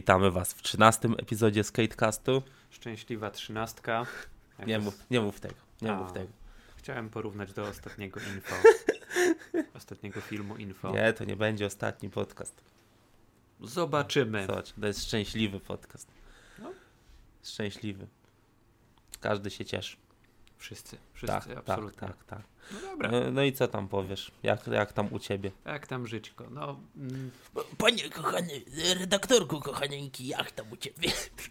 Witamy Was w 13. epizodzie Skatecastu. Szczęśliwa 13. Nie mów tego. Chciałem porównać do ostatniego info. Ostatniego filmu info. Nie, to nie będzie ostatni podcast. Zobaczymy. Zobacz, to jest szczęśliwy podcast. No. Szczęśliwy. Każdy się cieszy. Wszyscy, absolutnie. Tak. No dobra. No i co tam powiesz? Jak tam u ciebie? Jak tam żyćko? No, Panie kochany, redaktorku kochanieńki, jak tam u ciebie?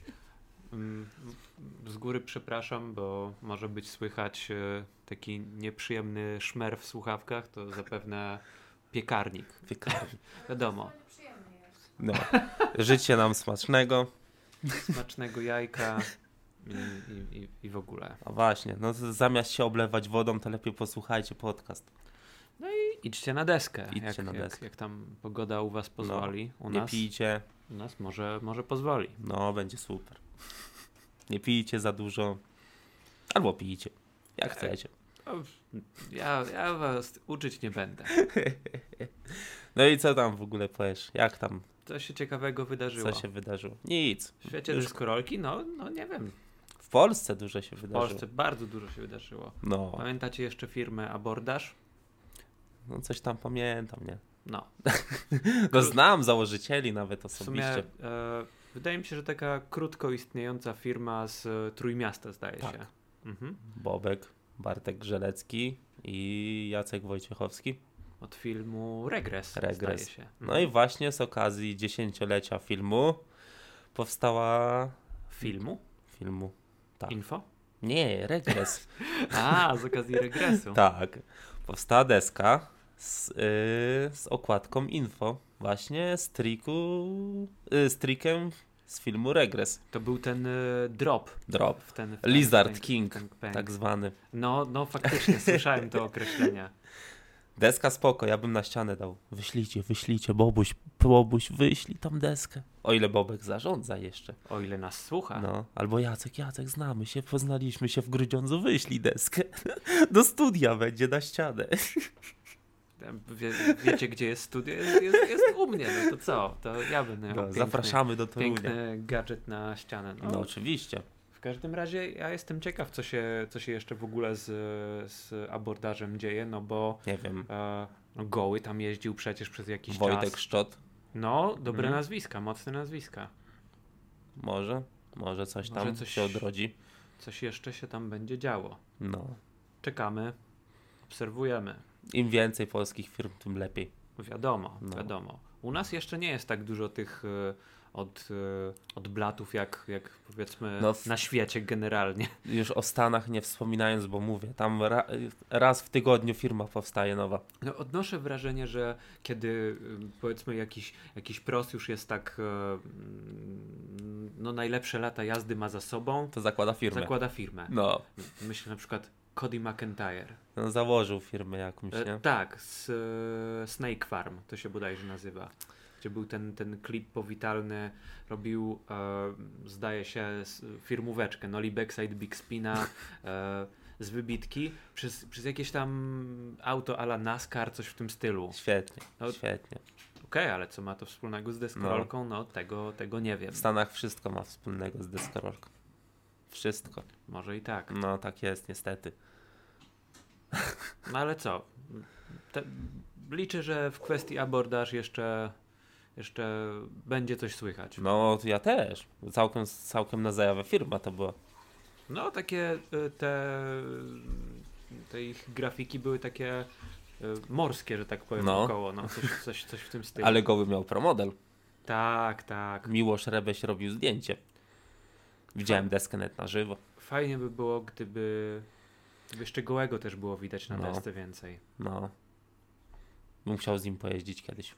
Z góry przepraszam, bo może być słychać taki nieprzyjemny szmer w słuchawkach, to zapewne piekarnik. Wiadomo. No. Życie nam smacznego. Smacznego jajka i w ogóle. A właśnie, no zamiast się oblewać wodą, to lepiej posłuchajcie podcast. No i idźcie na deskę. Jak tam pogoda u was pozwoli. No, nie pijcie. U nas może pozwoli. No, będzie super. Nie pijcie za dużo. Albo pijcie, jak chcecie. Ja was uczyć nie będę. No i co tam w ogóle powiesz? Jak tam? Co się ciekawego wydarzyło? Co się wydarzyło? Nic. W świecie deskorolki? No nie wiem. W Polsce dużo się wydarzyło. W Polsce bardzo dużo się wydarzyło. No. Pamiętacie jeszcze firmę Abordaż? No coś tam pamiętam, nie? No. No znam założycieli nawet osobiście. W sumie, wydaje mi się, że taka krótko istniejąca firma z Trójmiasta, zdaje się. Mhm. Bobek, Bartek Grzelecki i Jacek Wojciechowski. Od filmu Regres. Zdaje się. No i właśnie z okazji 10-lecia filmu powstała... Filmu? Tak. Info? Nie, Regres. Z okazji regresu. Tak. Powstała deska z okładką info. Właśnie z trikiem z filmu Regres. To był ten drop. Lizard King, tak zwany. No faktycznie, słyszałem to określenie. Deska spoko, ja bym na ścianę dał. Wyślijcie, Bobuś, wyślij tam deskę. O ile Bobek zarządza jeszcze. O ile nas słucha. No, albo Jacek, znamy się, poznaliśmy się w Grudziądzu, wyślij deskę. Do studia będzie na ścianę. Wiecie, gdzie jest studio? Jest u mnie, no to co? To ja będę miał zapraszamy do Torunia. Piękny gadżet na ścianę. No oczywiście. W każdym razie ja jestem ciekaw, co się jeszcze w ogóle z abordażem dzieje, no bo nie wiem. Goły tam jeździł przecież przez jakiś czas. Wojtek Szczot. No, dobre nazwiska, mocne nazwiska. Może coś tam się odrodzi. Coś jeszcze się tam będzie działo. No. Czekamy, obserwujemy. Im więcej polskich firm, tym lepiej. Wiadomo. U nas jeszcze nie jest tak dużo tych od blatów, jak powiedzmy na świecie generalnie. Już o Stanach nie wspominając, bo mówię, tam raz w tygodniu firma powstaje nowa. No, odnoszę wrażenie, że kiedy powiedzmy jakiś pros już jest tak najlepsze lata jazdy ma za sobą, to zakłada firmę. No. Myślę na przykład Cody McIntyre. No, założył firmę jakąś, nie? Tak, z Snake Farm, to się bodajże nazywa. Gdzie był ten klip powitalny, robił, zdaje się, firmóweczkę, Nollie Backside Big Spina z wybitki przez jakieś tam auto a la NASCAR, coś w tym stylu. Świetnie. Okej, ale co ma to wspólnego z deskorolką? No tego nie wiem. W Stanach wszystko ma wspólnego z deskorolką. Wszystko. Może i tak. No tak jest, niestety. No ale co? Liczę, że w kwestii abordaż jeszcze będzie coś słychać. No ja też. Całkiem na zajawę firma to była. No takie te ich grafiki były takie morskie, że tak powiem, około. No, coś w tym stylu. Ale Goły miał promodel. Tak. Miłosz Rebeś robił zdjęcie. Widziałem deskę net na żywo. Fajnie by było, gdyby jeszcze Gołego też było widać na desce więcej. No. Bym chciał z nim pojeździć kiedyś.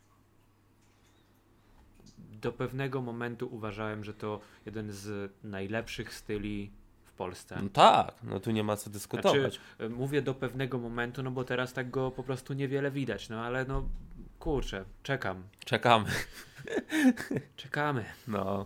Do pewnego momentu uważałem, że to jeden z najlepszych styli w Polsce. No tak, no tu nie ma co dyskutować. Znaczy, mówię do pewnego momentu, no bo teraz tak go po prostu niewiele widać, no ale no kurczę, Czekamy. No.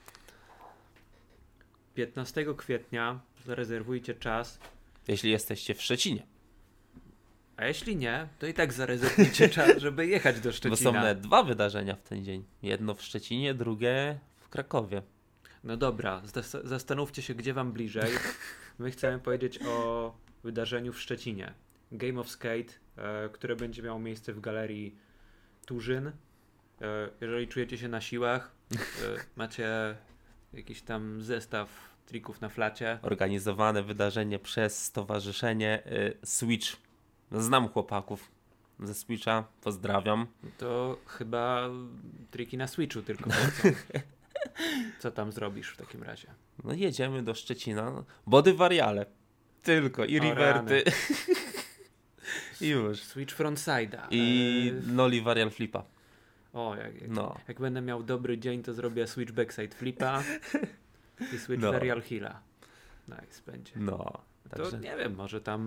15 kwietnia zarezerwujcie czas. Jeśli jesteście w Szczecinie. A jeśli nie, to i tak zarezerwujcie czas, żeby jechać do Szczecina. Bo są nawet 2 wydarzenia w ten dzień. Jedno w Szczecinie, drugie w Krakowie. No dobra, zastanówcie się, gdzie wam bliżej. My chcemy powiedzieć o wydarzeniu w Szczecinie. Game of Skate, które będzie miało miejsce w galerii Turzyn. Jeżeli czujecie się na siłach, macie jakiś tam zestaw trików na flacie. Organizowane wydarzenie przez stowarzyszenie Switch. Znam chłopaków ze Switcha, pozdrawiam. To chyba triki na Switchu tylko polecą. Co tam zrobisz w takim razie? No jedziemy do Szczecina. Body wariale. Tylko i O reverty. I już. Switch frontside'a. I noli varial flipa. O, No. jak będę miał dobry dzień, to zrobię Switch backside flipa i Switch No. varial heala. Nice, będzie. No. To Także nie wiem, może tam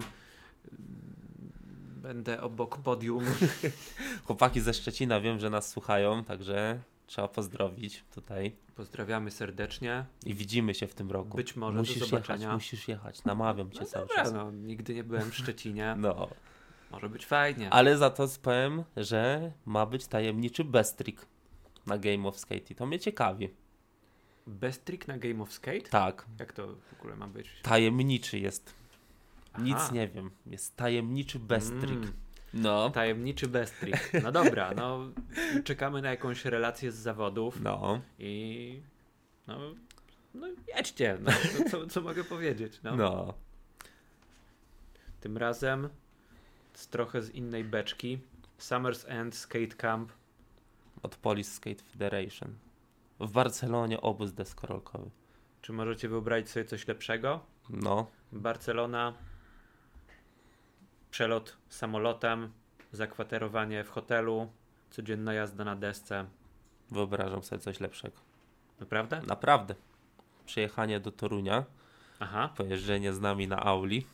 będę obok podium. chłopaki ze Szczecina wiem, że nas słuchają, także trzeba pozdrowić tutaj. Pozdrawiamy serdecznie. I widzimy się w tym roku. Być może musisz do zobaczenia. jechać, musisz jechać. Namawiam cię No cały dobra, czas. no, nigdy nie byłem w Szczecinie. No. Może być fajnie. Ale za to powiem, że ma być tajemniczy best trick na Game of Skate i to mnie ciekawi. Best trick na Game of Skate? Tak, Jak to w ogóle ma być? tajemniczy jest. Nic Aha. nie wiem. Jest tajemniczy best trick. Mm. No. Tajemniczy best trick. No dobra, no czekamy na jakąś relację z zawodów No. i no jedźcie, no, co mogę powiedzieć. No. No. Tym razem trochę z innej beczki. Summer's End Skate Camp. Od Police Skate Federation. W Barcelonie obóz deskorolkowy. Czy możecie wyobrazić sobie coś lepszego? No. Barcelona, przelot samolotem, zakwaterowanie w hotelu, codzienna jazda na desce. Wyobrażam sobie coś lepszego. Naprawdę? Naprawdę. Przyjechanie do Torunia, Aha, pojeżdżenie z nami na auli.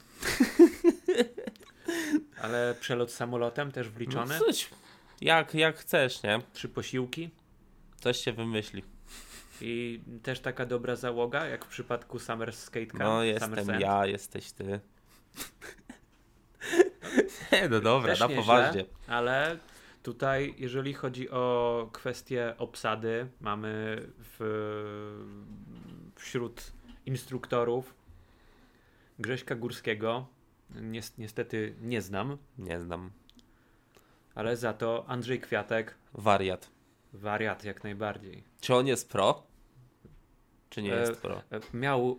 ale przelot samolotem też wliczony? No coś, jak chcesz, nie? 3 posiłki Coś się wymyśli. i też taka dobra załoga, jak w przypadku Summer Skate Camp. No Summer's jestem End. ja, jesteś ty. Nie, no dobra, Też na nieźle, poważnie. Ale tutaj, jeżeli chodzi o kwestię obsady, mamy wśród instruktorów Grześka Górskiego. Niestety nie znam, Nie znam. ale za to Andrzej Kwiatek, Wariat. wariat jak najbardziej. Czy on jest pro? Czy nie E, jest pro? Miał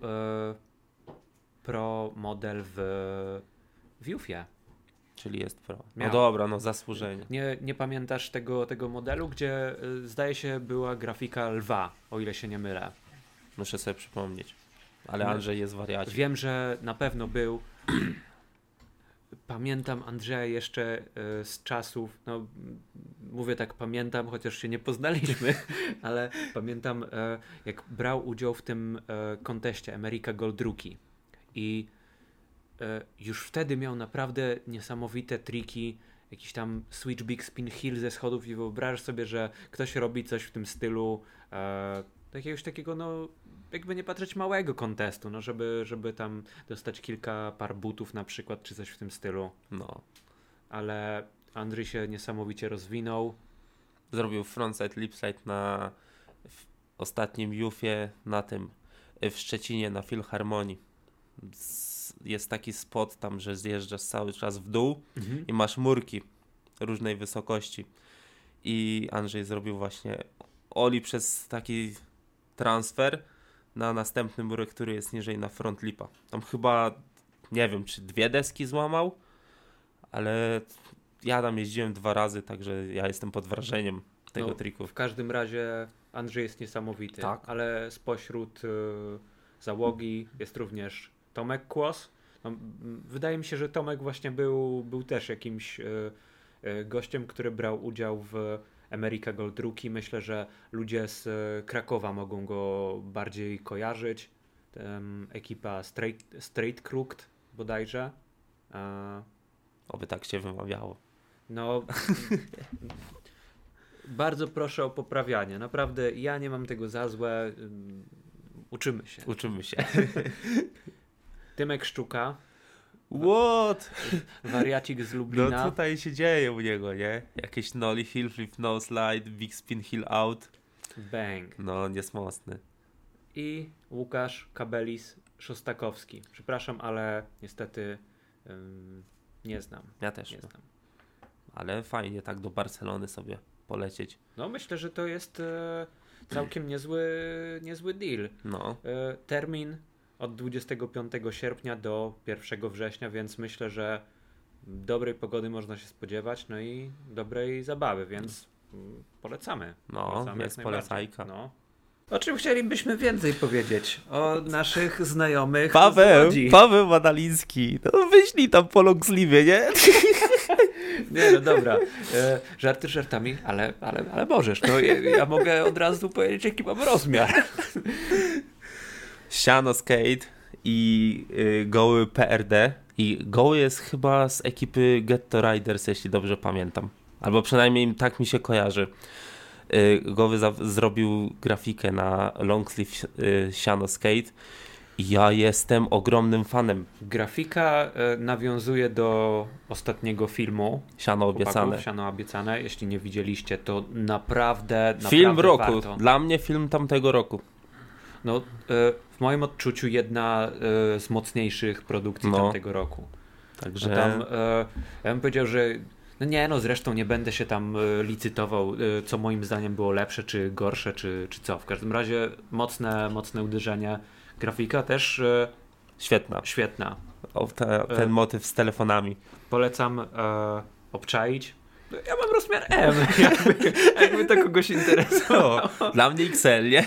pro model w Jufie. Czyli jest pro. No miał. dobra, no zasłużenie. Nie pamiętasz tego modelu, gdzie zdaje się była grafika lwa, o ile się nie mylę. Muszę sobie przypomnieć. Ale Nie. Andrzej jest wariacie. Wiem, że na pewno był. Pamiętam Andrzeja jeszcze z czasów, no mówię tak pamiętam, chociaż się nie poznaliśmy, ale pamiętam jak brał udział w tym konteście America Gold Rookie i już wtedy miał naprawdę niesamowite triki, jakiś tam switch big spin hill ze schodów i wyobrażasz sobie, że ktoś robi coś w tym stylu jakiegoś takiego, no jakby nie patrzeć małego kontestu, no żeby tam dostać kilka par butów na przykład, czy coś w tym stylu. No. Ale Andrzej się niesamowicie rozwinął. Zrobił frontside, lipside na ostatnim Jufie na tym w Szczecinie na Filharmonii. Jest taki spot tam, że zjeżdżasz cały czas w dół i masz murki różnej wysokości. I Andrzej zrobił właśnie oli przez taki transfer na następny murek, który jest niżej na front lipa. Tam chyba, nie wiem, czy 2 deski złamał, ale ja tam jeździłem 2 razy, także ja jestem pod wrażeniem tego No, triku. W każdym razie Andrzej jest niesamowity, Tak. ale spośród załogi jest również Tomek Kłos. No, wydaje mi się, że Tomek właśnie był też jakimś gościem, który brał udział w America Gold Rookie. Myślę, że ludzie z Krakowa mogą go bardziej kojarzyć. Ekipa Straight Crooked bodajże. Oby tak się wymawiało. No, bardzo proszę o poprawianie. Naprawdę, ja nie mam tego za złe. Uczymy się. Uczymy się. Tymek Szczuka, What? wariacik z No Lublina. tutaj się dzieje u niego, nie? Jakieś nollie hill flip, no slide, big spin hill out. Bang. No, jest mocny. I Łukasz Kabelis-Szostakowski. Przepraszam, ale niestety nie znam. Ja też. Nie No. znam. Ale fajnie tak do Barcelony sobie polecieć. No myślę, że to jest całkiem niezły deal. No. Termin od 25 sierpnia do 1 września, więc myślę, że dobrej pogody można się spodziewać, no i dobrej zabawy, więc polecamy. No, Polecamy jest jak najbardziej. polecajka. No. O czym chcielibyśmy więcej powiedzieć? O naszych znajomych z Paweł Łodzi. Madaliński. No wyślij tam po longsliwie, nie? Nie, no dobra. Żarty żartami, ale możesz. No, ja mogę od razu powiedzieć, jaki mam rozmiar. Siano Skate i Goły PRD. I Goły jest chyba z ekipy Ghetto Riders, jeśli dobrze pamiętam. Albo przynajmniej tak mi się kojarzy. Goły zrobił grafikę na longsleeve Siano Skate. I ja jestem ogromnym fanem. Grafika nawiązuje do ostatniego filmu. Siano obiecane. Siano obiecane. Jeśli nie widzieliście, to naprawdę Film roku. warto. Dla mnie film tamtego roku. No, w moim odczuciu jedna z mocniejszych produkcji tamtego roku. Także No tam, ja bym powiedział, że zresztą nie będę się tam licytował, co moim zdaniem było lepsze, czy gorsze, czy co. W każdym razie mocne uderzenie. Grafika też świetna. świetna. Ten motyw z telefonami. Polecam obczaić. Ja mam rozmiar M, jakby to kogoś interesowało. Dla mnie XL, nie?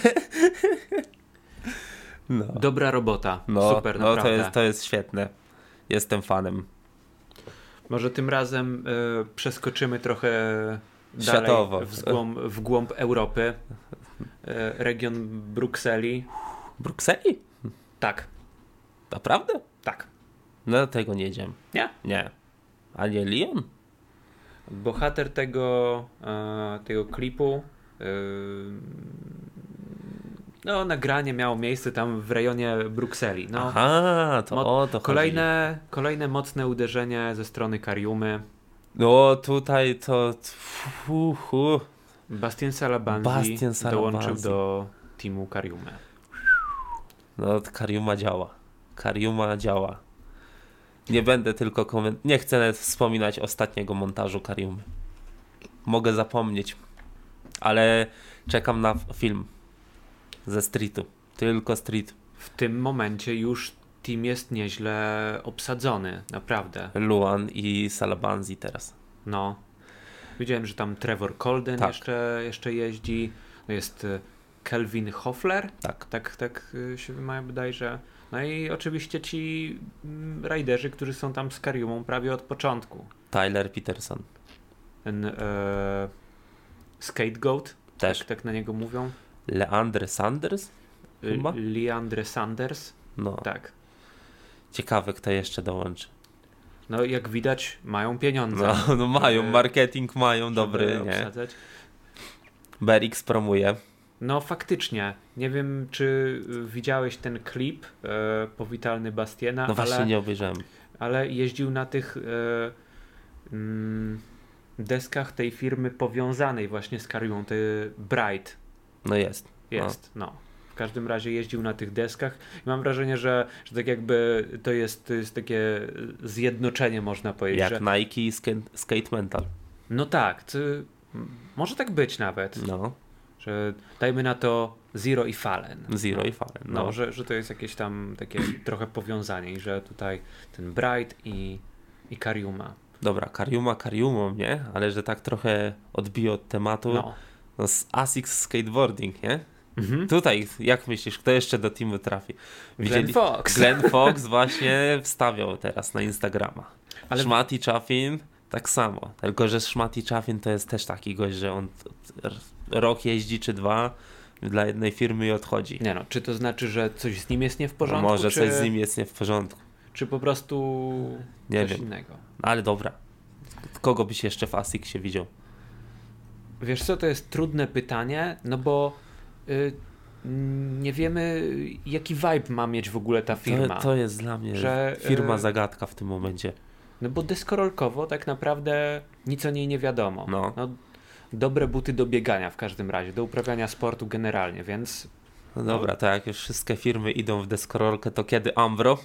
No. Dobra robota, super, no naprawdę. to jest świetne. Jestem fanem. Może tym razem przeskoczymy trochę Światowo. dalej w głąb Europy. Region Brukseli. Brukseli? Tak, Naprawdę? tak. No do tego nie jedziemy. Nie? Nie. A nie Lyon? Bohater tego klipu nagranie miało miejsce tam w rejonie Brukseli. No, Aha, to o to chodzi. Kolejne mocne uderzenie ze strony Kariumy. No tutaj to... Bastien Salabanzi dołączył do teamu Kariumy. No Kariuma działa. Nie będę tylko nie chcę nawet wspominać ostatniego montażu Kariumy. Mogę zapomnieć. Ale czekam na film ze streetu. Tylko street. W tym momencie już team jest nieźle obsadzony, naprawdę. Luan i Salabanzi teraz. No. Widziałem, że tam Trevor Colden Tak. jeszcze jeździ. Jest Kelvin Hoffler. Tak. Się wymawia bodajże. No i oczywiście ci riderzy, którzy są tam z Kariumą prawie od początku. Tyler Peterson. Ten Scapegoat, Też. tak na niego mówią. Leandre Sanders? Chyba? Leandre Sanders. No. Tak. Ciekawe, kto jeszcze dołączy. No jak widać mają pieniądze. No mają, marketing mają dobry, nie? Obsadzać. BRX promuje. No faktycznie. Nie wiem, czy widziałeś ten klip powitalny Bastiena, No właśnie nie obejrzałem. ale jeździł na tych deskach tej firmy powiązanej właśnie z Kariumą, Bright No jest. jest, no. W każdym razie jeździł na tych deskach i mam wrażenie, że tak jakby to jest takie zjednoczenie, można powiedzieć. Jak że, Nike i Skate Mental. no tak, może tak być nawet, No. że dajmy na to Zero i Fallen. Zero no. i Fallen. No, że to jest jakieś tam takie trochę powiązanie i że tutaj ten Bright i Kariuma. Dobra, Kariumą, nie? Ale że tak trochę odbiję od tematu. No z ASICS Skateboarding, nie? Mhm. Tutaj, jak myślisz, kto jeszcze do teamu trafi? Glenn Fox. Glenn Fox właśnie wstawiał teraz na Instagrama. Ale- Szmati Chaffin tak samo. Tylko, że Szmati Chaffin to jest też taki gość, że on rok jeździ czy dwa dla jednej firmy i odchodzi. Nie no, czy to znaczy, że coś z nim jest nie w porządku? Może czy, coś z nim jest nie w porządku. Czy po prostu Nie coś wiem. innego? No, ale dobra. Kogo byś jeszcze w ASICSie widział? Wiesz co, to jest trudne pytanie, no bo nie wiemy, jaki vibe ma mieć w ogóle ta firma. To jest dla mnie Że, firma zagadka w tym momencie. No bo deskorolkowo tak naprawdę nic o niej nie wiadomo. No. dobre buty do biegania w każdym razie, do uprawiania sportu generalnie, więc... No dobra, to jak już wszystkie firmy idą w deskorolkę, to kiedy Ambro?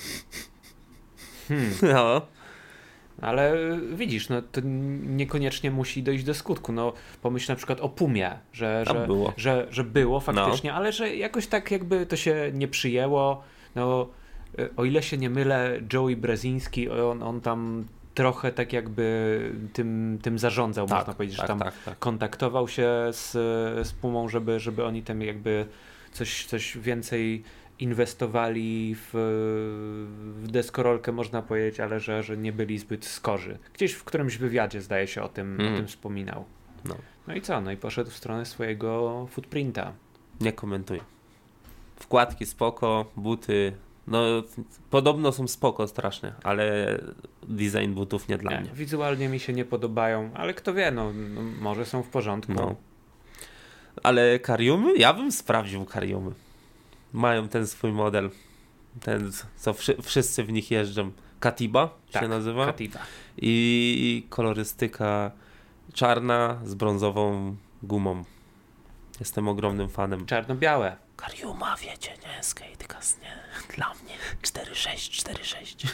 No. Ale widzisz, no to niekoniecznie musi dojść do skutku. No pomyśl na przykład o Pumie, że było faktycznie, ale że jakoś tak jakby to się nie przyjęło. No o ile się nie mylę, Joey Breziński, on tam trochę tak jakby tym zarządzał, można powiedzieć, że tam kontaktował się z Pumą, żeby oni tam jakby coś więcej inwestowali w deskorolkę, można powiedzieć, ale że nie byli zbyt skorzy. Gdzieś w którymś wywiadzie, zdaje się, o tym wspominał. No i co? No i poszedł w stronę swojego footprinta. Nie komentuję. Wkładki spoko, buty, no podobno są spoko strasznie, ale design butów nie dla mnie. Wizualnie mi się nie podobają, ale kto wie, no może są w porządku. No. Ale Kariumy? Ja bym sprawdził Kariumy. Mają ten swój model, ten co wszyscy w nich jeżdżą. Katiba się nazywa. Katiba. I kolorystyka czarna z brązową gumą. Jestem ogromnym fanem. Czarno-białe. Kariuma, wiecie, nie? Skatecast, nie? Dla mnie 4.6.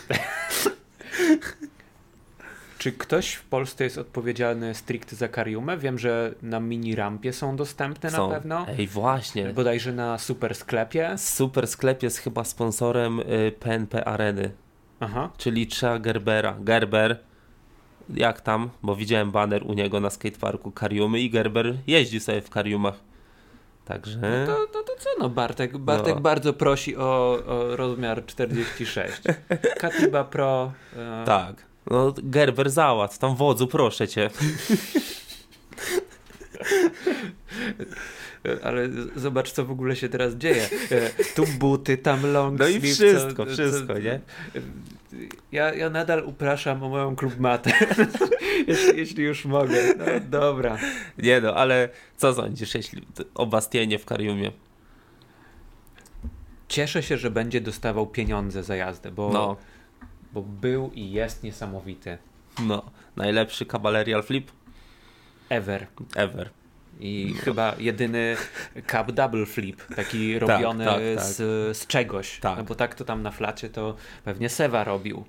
Czy ktoś w Polsce jest odpowiedzialny stricte za Kariumę? Wiem, że na mini rampie są dostępne na pewno. Ej, właśnie. Bodajże na Super Sklepie. Super Sklep jest chyba sponsorem PNP Areny. Aha. Czyli trzeba Gerbera. Gerber, jak tam? Bo widziałem baner u niego na skateparku Kariumy i Gerber jeździ sobie w Kariumach. Także... No to co? No Bartek bardzo prosi o rozmiar 46. Katiba Pro. Tak. No Gerber załatw, tam wodzu, proszę cię. Ale zobacz, co w ogóle się teraz dzieje. Tu buty, tam long no sleeve. No i wszystko, nie? Ja nadal upraszam o moją klubmatę. jeśli już mogę. No, dobra. Nie no, ale co sądzisz o Bastienie w Kariumie? Cieszę się, że będzie dostawał pieniądze za jazdę, bo był i jest niesamowity. No, najlepszy cabalerial flip? Ever. I No. chyba jedyny cup double flip, taki robiony z czegoś. Tak. No bo tak to tam na flacie to pewnie Seva robił.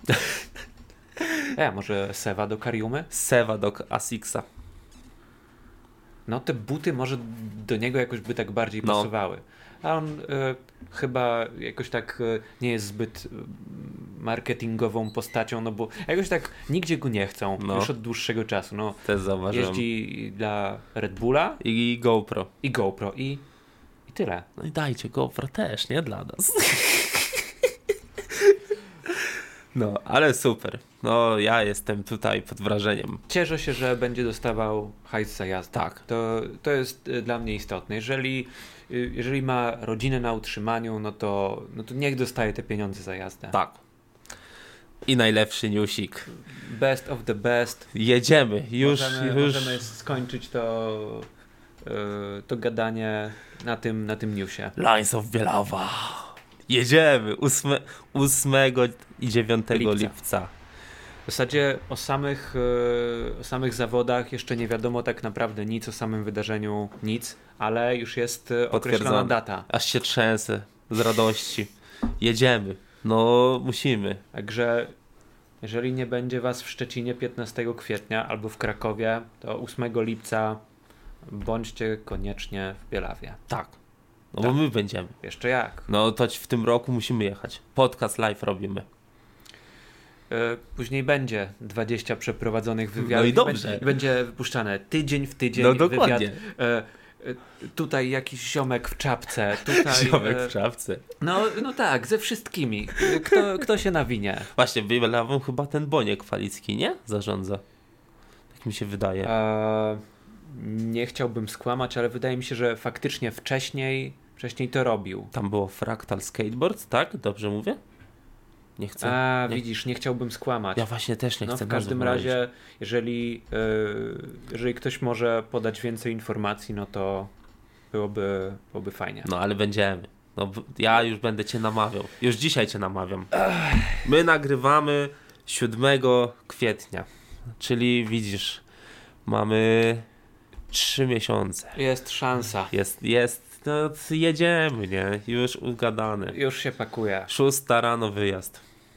Może Seva do Kariumy? Seva do Asixa. No te buty może do niego jakoś by tak bardziej pasowały. A on chyba jakoś tak nie jest zbyt marketingową postacią, no bo jakoś tak nigdzie go nie chcą już od dłuższego czasu. No, też zauważyłem. Jeździ dla Red Bulla i GoPro. I tyle. No i dajcie GoPro też, nie dla nas. No, ale super. No, ja jestem tutaj pod wrażeniem. Cieszę się, że będzie dostawał hajs za jazdę. Tak. To jest dla mnie istotne. Jeżeli ma rodzinę na utrzymaniu, no to niech dostaje te pieniądze za jazdę. Tak. I najlepszy newsik. Best of the best. Jedziemy. Możemy skończyć to gadanie na tym newsie. Lines of Bielawa. Jedziemy. 8 i 9 lipca. W zasadzie o samych zawodach jeszcze nie wiadomo tak naprawdę nic, o samym wydarzeniu nic, ale już jest określona data. Aż się trzęsę z radości. Jedziemy. No, musimy. Także jeżeli nie będzie was w Szczecinie 15 kwietnia albo w Krakowie, to 8 lipca bądźcie koniecznie w Bielawie. Tak. No bo my będziemy. Jeszcze jak. No to w tym roku musimy jechać. Podcast live robimy. Później będzie 20 przeprowadzonych wywiadów. No i dobrze. Będzie wypuszczane tydzień w tydzień. No dokładnie. Wywiad. Tutaj jakiś ziomek w czapce. Tutaj, ziomek w czapce. No tak, ze wszystkimi. Kto się nawinie? Właśnie, Bielawą chyba ten Boniek Walicki, nie? Zarządza. Tak mi się wydaje. Nie chciałbym skłamać, ale wydaje mi się, że faktycznie wcześniej to robił. Tam było Fractal Skateboard, tak? Dobrze mówię? Nie chcę. Widzisz, nie chciałbym skłamać. Ja właśnie też nie chcę. W każdym razie, jeżeli ktoś może podać więcej informacji, no to byłoby fajnie. No ale będziemy. No, ja już będę cię namawiał. Już dzisiaj cię namawiam. My nagrywamy 7 kwietnia. Czyli widzisz, mamy 3 miesiące. Jest szansa. Jest, no jedziemy, nie? Już ugadane. Już się pakuje. 6 rano wyjazd.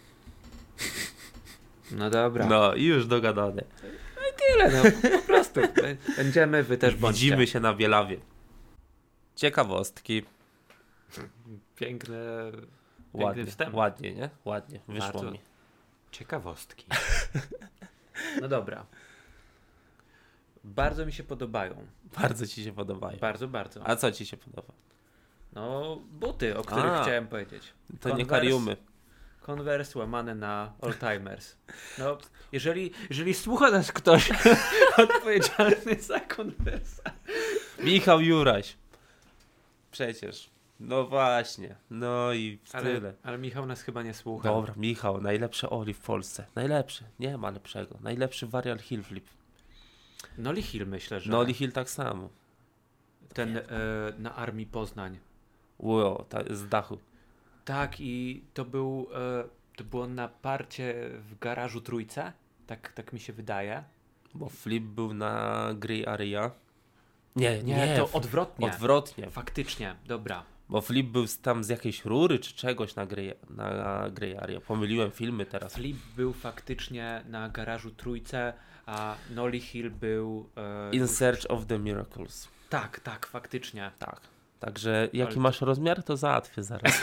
No dobra. No i już dogadane. Tyle, no po prostu. Będziemy, wy też bądźcie. Widzimy się na Bielawie. Ciekawostki. Piękny Ładnie, wstęp. ładnie, nie? Ładnie, wyszło Bardzo. mi. Ciekawostki. No dobra. Bardzo mi się podobają. Bardzo ci się podobają. Bardzo, bardzo. A co ci się podoba? No, buty, o których chciałem powiedzieć. To nie Kariumy. Converse łamane na Oldtimers. No, jeżeli słucha nas ktoś odpowiedzialny za Converse'a. Michał Juraś. Przecież. No właśnie. No i tyle. Ale Michał nas chyba nie słucha. Dobra, Michał, najlepszy Oli w Polsce. Najlepszy. Nie ma lepszego. Najlepszy Varial Hill Flip. Nolly Hill myślę, że... Nolly Hill tak samo. Ten na Armii Poznań. Ło, z dachu. Tak, i to było na parcie w garażu Trójce. Tak mi się wydaje. Bo Flip był na Grey Area. Nie, to odwrotnie. Odwrotnie. Faktycznie, dobra. Bo Flip był tam z jakiejś rury czy czegoś na Grey Area. Pomyliłem filmy teraz. Flip był faktycznie na garażu Trójce, a Nolly Hill był... In Search of the Miracles. Tak, faktycznie. Tak. Także jaki Ale masz rozmiar, to załatwię zaraz.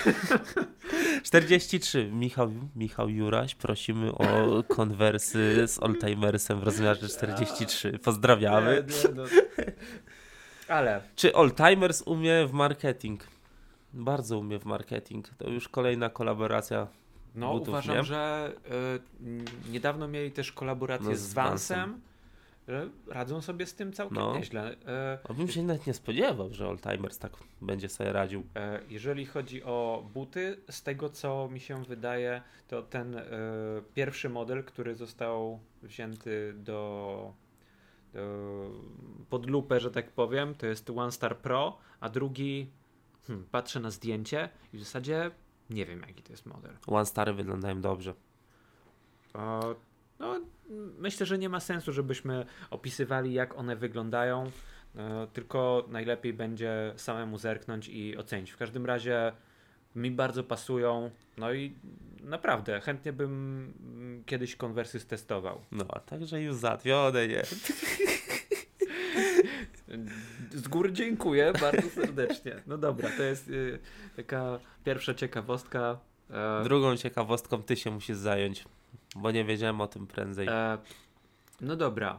43. Michał Juraś. Prosimy o konwersy z Oldtimersem w rozmiarze 43. Pozdrawiamy. No. Ale... Czy Oldtimers umie w marketing? Bardzo umie w marketing. To już kolejna kolaboracja No, butów, uważam, nie? że niedawno mieli też kolaborację z Vansem. Radzą sobie z tym całkiem nieźle. Bym się nawet nie spodziewał, że Oldtimers tak będzie sobie radził. Jeżeli chodzi o buty, z tego co mi się wydaje, to ten pierwszy model, który został wzięty pod lupę, że tak powiem, to jest One Star Pro, a drugi patrzę na zdjęcie i w zasadzie nie wiem, jaki to jest model. One Stary wyglądają dobrze. No, myślę, że nie ma sensu, żebyśmy opisywali, jak one wyglądają, tylko najlepiej będzie samemu zerknąć i ocenić. W każdym razie mi bardzo pasują, no i naprawdę chętnie bym kiedyś Conversy testował. No, także już załatwione, nie? Z góry dziękuję bardzo serdecznie. No dobra, to jest taka pierwsza ciekawostka. Drugą ciekawostką ty się musisz zająć, bo nie wiedziałem o tym prędzej. No dobra.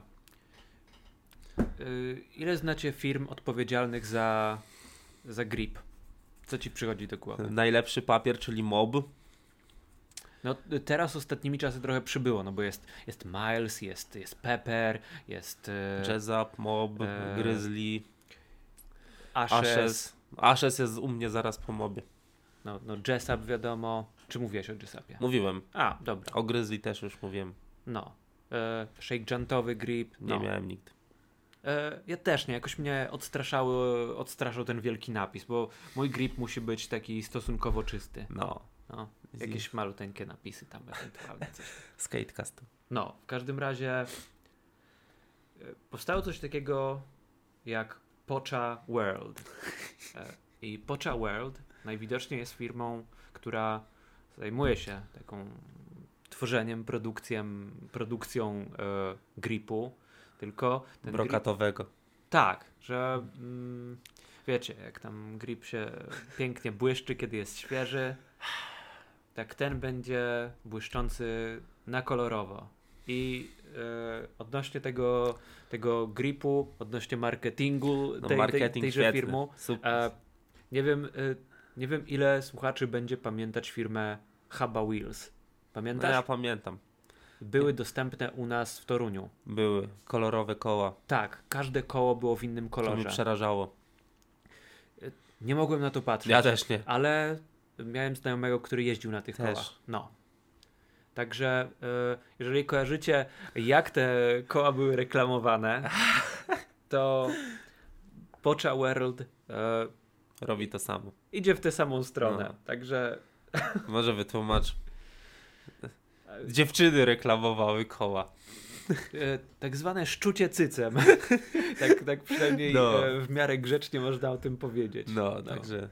Ile znacie firm odpowiedzialnych za grip? Co ci przychodzi do głowy? Najlepszy papier, czyli Mob. No teraz ostatnimi czasy trochę przybyło, no bo jest Miles, jest Pepper, jest Jazz Up, Mob, Grizzly, Ashes. Ashes jest u mnie zaraz po Mobie. No Jazz Up wiadomo. Czy mówiłeś o Jazz Upie? Mówiłem. A, dobra. O Grizzly też już mówiłem. No. Shake Jantowy grip. Nie miałem nigdy. Ja też nie, jakoś mnie odstraszał ten wielki napis, bo mój grip musi być taki stosunkowo czysty. No. Jakieś maluteńkie napisy tam ewentualnie coś. Skatecast. No, w każdym razie powstało coś takiego jak Pocha World. I Pocha World najwidoczniej jest firmą, która zajmuje się taką tworzeniem, produkcją gripu, tylko ten brokatowego. tak, że wiecie, jak tam grip się pięknie błyszczy, kiedy jest świeży, tak ten będzie błyszczący na kolorowo. I odnośnie tego gripu, odnośnie marketingu tejże firmy, nie wiem ile słuchaczy będzie pamiętać firmę Haba Wheels. Pamiętasz? No ja pamiętam. Były dostępne u nas w Toruniu. Były kolorowe koła. Tak, każde koło było w innym To kolorze. mnie przerażało. Nie mogłem na to patrzeć. Ja też nie. Ale miałem znajomego, który jeździł na tych kołach. No. Także jeżeli kojarzycie, jak te koła były reklamowane, to Pocha World robi to samo. Idzie w tę samą stronę. No. Także może wytłumacz. Dziewczyny reklamowały koła. tak zwane szczucie cycem. tak przynajmniej w miarę grzecznie można o tym powiedzieć. Także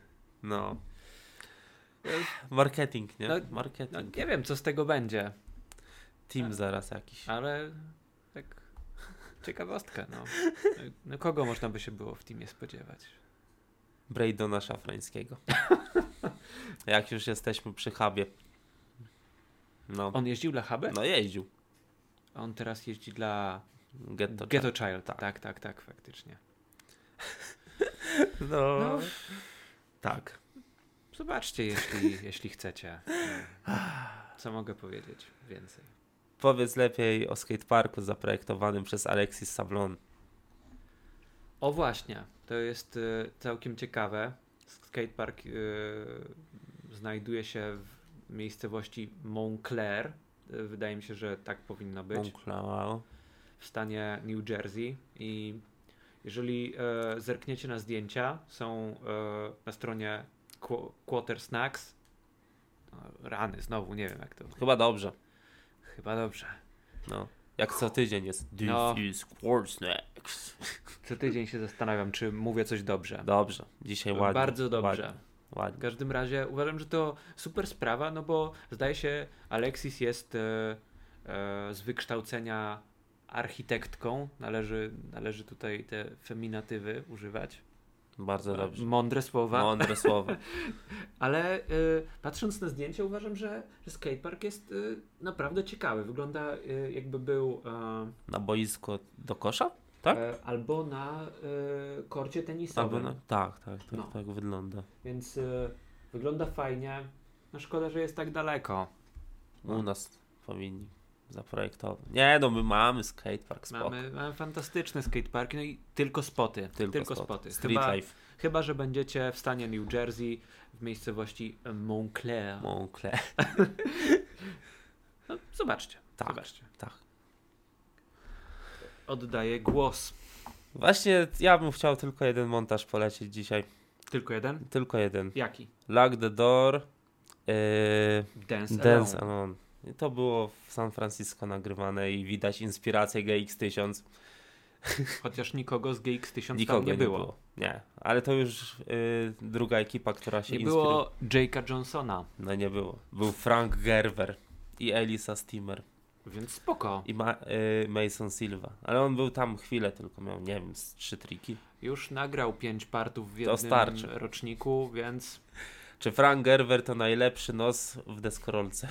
marketing, nie? No, Marketing. nie wiem, co z tego będzie. Team zaraz jakiś. Ale tak ciekawostka, no kogo można by się było w teamie spodziewać? Braydona Szafrańskiego. Jak już jesteśmy przy hubie. No. On jeździł dla Hub'y? No jeździł. On teraz jeździ dla Ghetto Child. Tak, faktycznie. No. Tak. Zobaczcie, jeśli chcecie. Co mogę powiedzieć więcej? Powiedz lepiej o skateparku zaprojektowanym przez Alexis Sablon. O właśnie, to jest całkiem ciekawe. Skatepark znajduje się w miejscowości Montclair. Wydaje mi się, że tak powinno być. Montclair. W stanie New Jersey. I jeżeli zerkniecie na zdjęcia, są na stronie Quarter Snacks. Rany, znowu nie wiem jak to. Chyba dobrze. No. Jak co tydzień jest. No. This is Quarter Snacks. Co tydzień się zastanawiam, czy mówię coś dobrze. Dobrze. Dzisiaj ładnie. Bardzo dobrze. Ładnie. W każdym razie uważam, że to super sprawa, no bo zdaje się Alexis jest z wykształcenia architektką. Należy tutaj te feminatywy używać. Bardzo dobrze. Mądre słowa. Mądre słowa. Ale patrząc na zdjęcie uważam, że skatepark jest naprawdę ciekawy. Wygląda jakby był Na boisko do kosza? Tak? Albo na korcie tenisowym. Tak wygląda. Więc wygląda fajnie. No szkoda, że jest tak daleko. U nas powinni zaprojektować. Nie no, my mamy skatepark, spoko. Mamy fantastyczne skateparki, no i tylko spoty. Tylko spoty. Street life. Chyba, że będziecie w stanie New Jersey, w miejscowości Montclair. No, zobaczcie. Tak. Oddaję głos. Właśnie ja bym chciał tylko jeden montaż polecieć dzisiaj. Tylko jeden? Tylko jeden. Jaki? Lock the Door. Dance Alone. I to było w San Francisco nagrywane i widać inspirację GX1000. Chociaż nikogo z GX1000 Nikogo tam nie było. Nie, ale to już druga ekipa, która się nie inspiruje. było Jake'a Johnsona. No nie było. Był Frank Gerber i Elisa Steamer. Więc spoko. I Mason Silva. Ale on był tam chwilę tylko, miał nie wiem, z 3 triki. Już nagrał 5 partów w To jednym starczy. roczniku, więc... Czy Frank Gerber to najlepszy nos w deskorolce?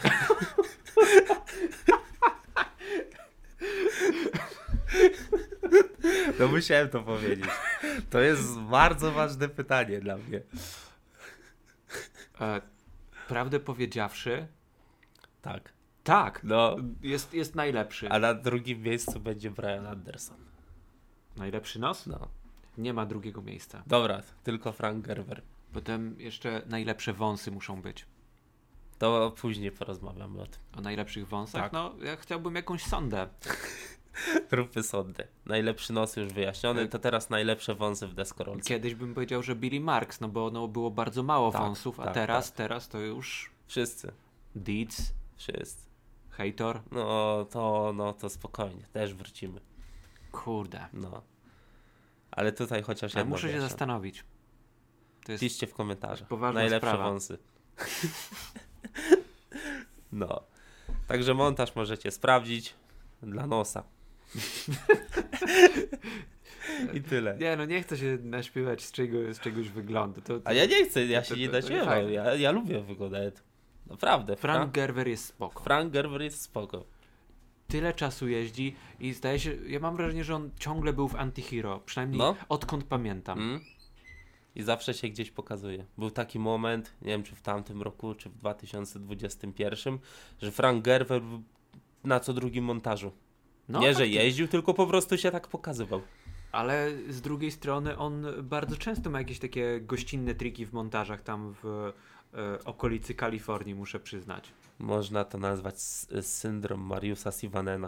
No musiałem to powiedzieć. To jest bardzo ważne pytanie dla mnie. Prawdę powiedziawszy, Tak. No. Jest najlepszy. A na drugim miejscu będzie Brian Anderson. Najlepszy nos? No. Nie ma drugiego miejsca. Dobra, tylko Frank Gerber. Potem jeszcze najlepsze wąsy muszą być. To później porozmawiamy o tym. O najlepszych wąsach? Tak. No, ja chciałbym jakąś sondę. Róbmy sondę. Najlepszy nos już wyjaśniony, to teraz najlepsze wąsy w deskorolce. Kiedyś bym powiedział, że Billy Marks, no bo było bardzo mało wąsów, a teraz to już... Wszyscy. Deeds. Wszyscy. Hater. No to spokojnie, też wrócimy. Kurde. No. Ale tutaj chociaż ja muszę się zastanowić. To jest piszcie w komentarzach. Poważna najlepsze sprawa. wąsy. No. Także montaż możecie sprawdzić dla nosa. I tyle. Nie, no nie chcę się naśpiewać z czegoś wyglądu. A ja nie chcę, ja się nie nie naśmiewam. fajne. Ja lubię wyglądać. Naprawdę. Frank Gerber jest spoko. Frank Gerber jest spoko. Tyle czasu jeździ i zdaje się, ja mam wrażenie, że on ciągle był w Antihero. Przynajmniej odkąd pamiętam. I zawsze się gdzieś pokazuje. Był taki moment, nie wiem czy w tamtym roku, czy w 2021, że Frank Gerber był na co drugim montażu. No, nie, że jeździł, tylko po prostu się tak pokazywał. Ale z drugiej strony on bardzo często ma jakieś takie gościnne triki w montażach tam w okolicy Kalifornii, muszę przyznać. Można to nazwać syndrom Mariusa Sivanena.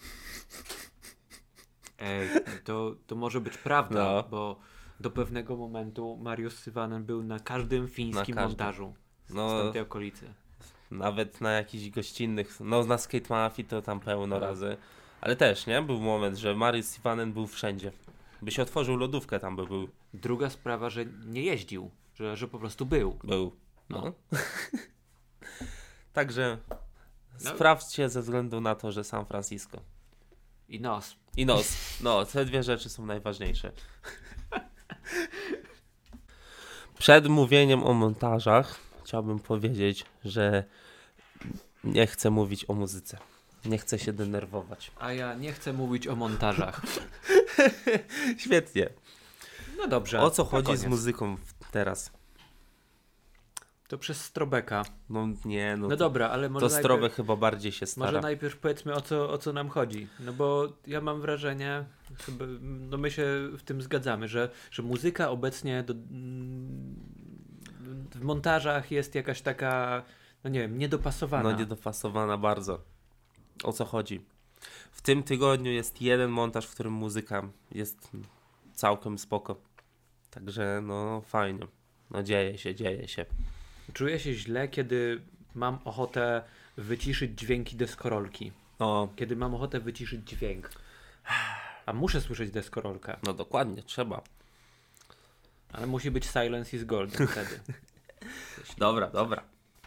Ej, to może być prawda, bo do pewnego momentu Mariusz Sivanen był na każdym fińskim montażu z tamtej okolicy. Nawet na jakichś gościnnych, na Skate Mafii to tam pełno razy, Ale też, nie? Był moment, że Mariusz Iwanen był wszędzie. By się otworzył lodówkę, tam by był. Druga sprawa, że nie jeździł, że po prostu był. No. Także No. sprawdźcie ze względu na to, że San Francisco. I nos. I nos. No, te dwie rzeczy są najważniejsze. Przed mówieniem o montażach chciałbym powiedzieć, że nie chcę mówić o muzyce. Nie chcę się denerwować. A ja nie chcę mówić o montażach. Świetnie. No dobrze. O co na chodzi z koniec. muzyką teraz? To przez Strobeka. No nie, no No dobra, ale może to Strowek chyba bardziej się stara. Może najpierw powiedzmy o co nam chodzi. No bo ja mam wrażenie, no my się w tym zgadzamy, że muzyka obecnie w montażach jest jakaś taka, no nie wiem, niedopasowana. No niedopasowana bardzo. O co chodzi? W tym tygodniu jest jeden montaż, w którym muzyka jest całkiem spoko. Także no fajnie. No dzieje się. Czuję się źle, kiedy mam ochotę wyciszyć dźwięki deskorolki. No, Kiedy mam ochotę wyciszyć dźwięk. A muszę słyszeć deskorolkę. no dokładnie, trzeba. Ale musi być silence is golden wtedy. Dobra.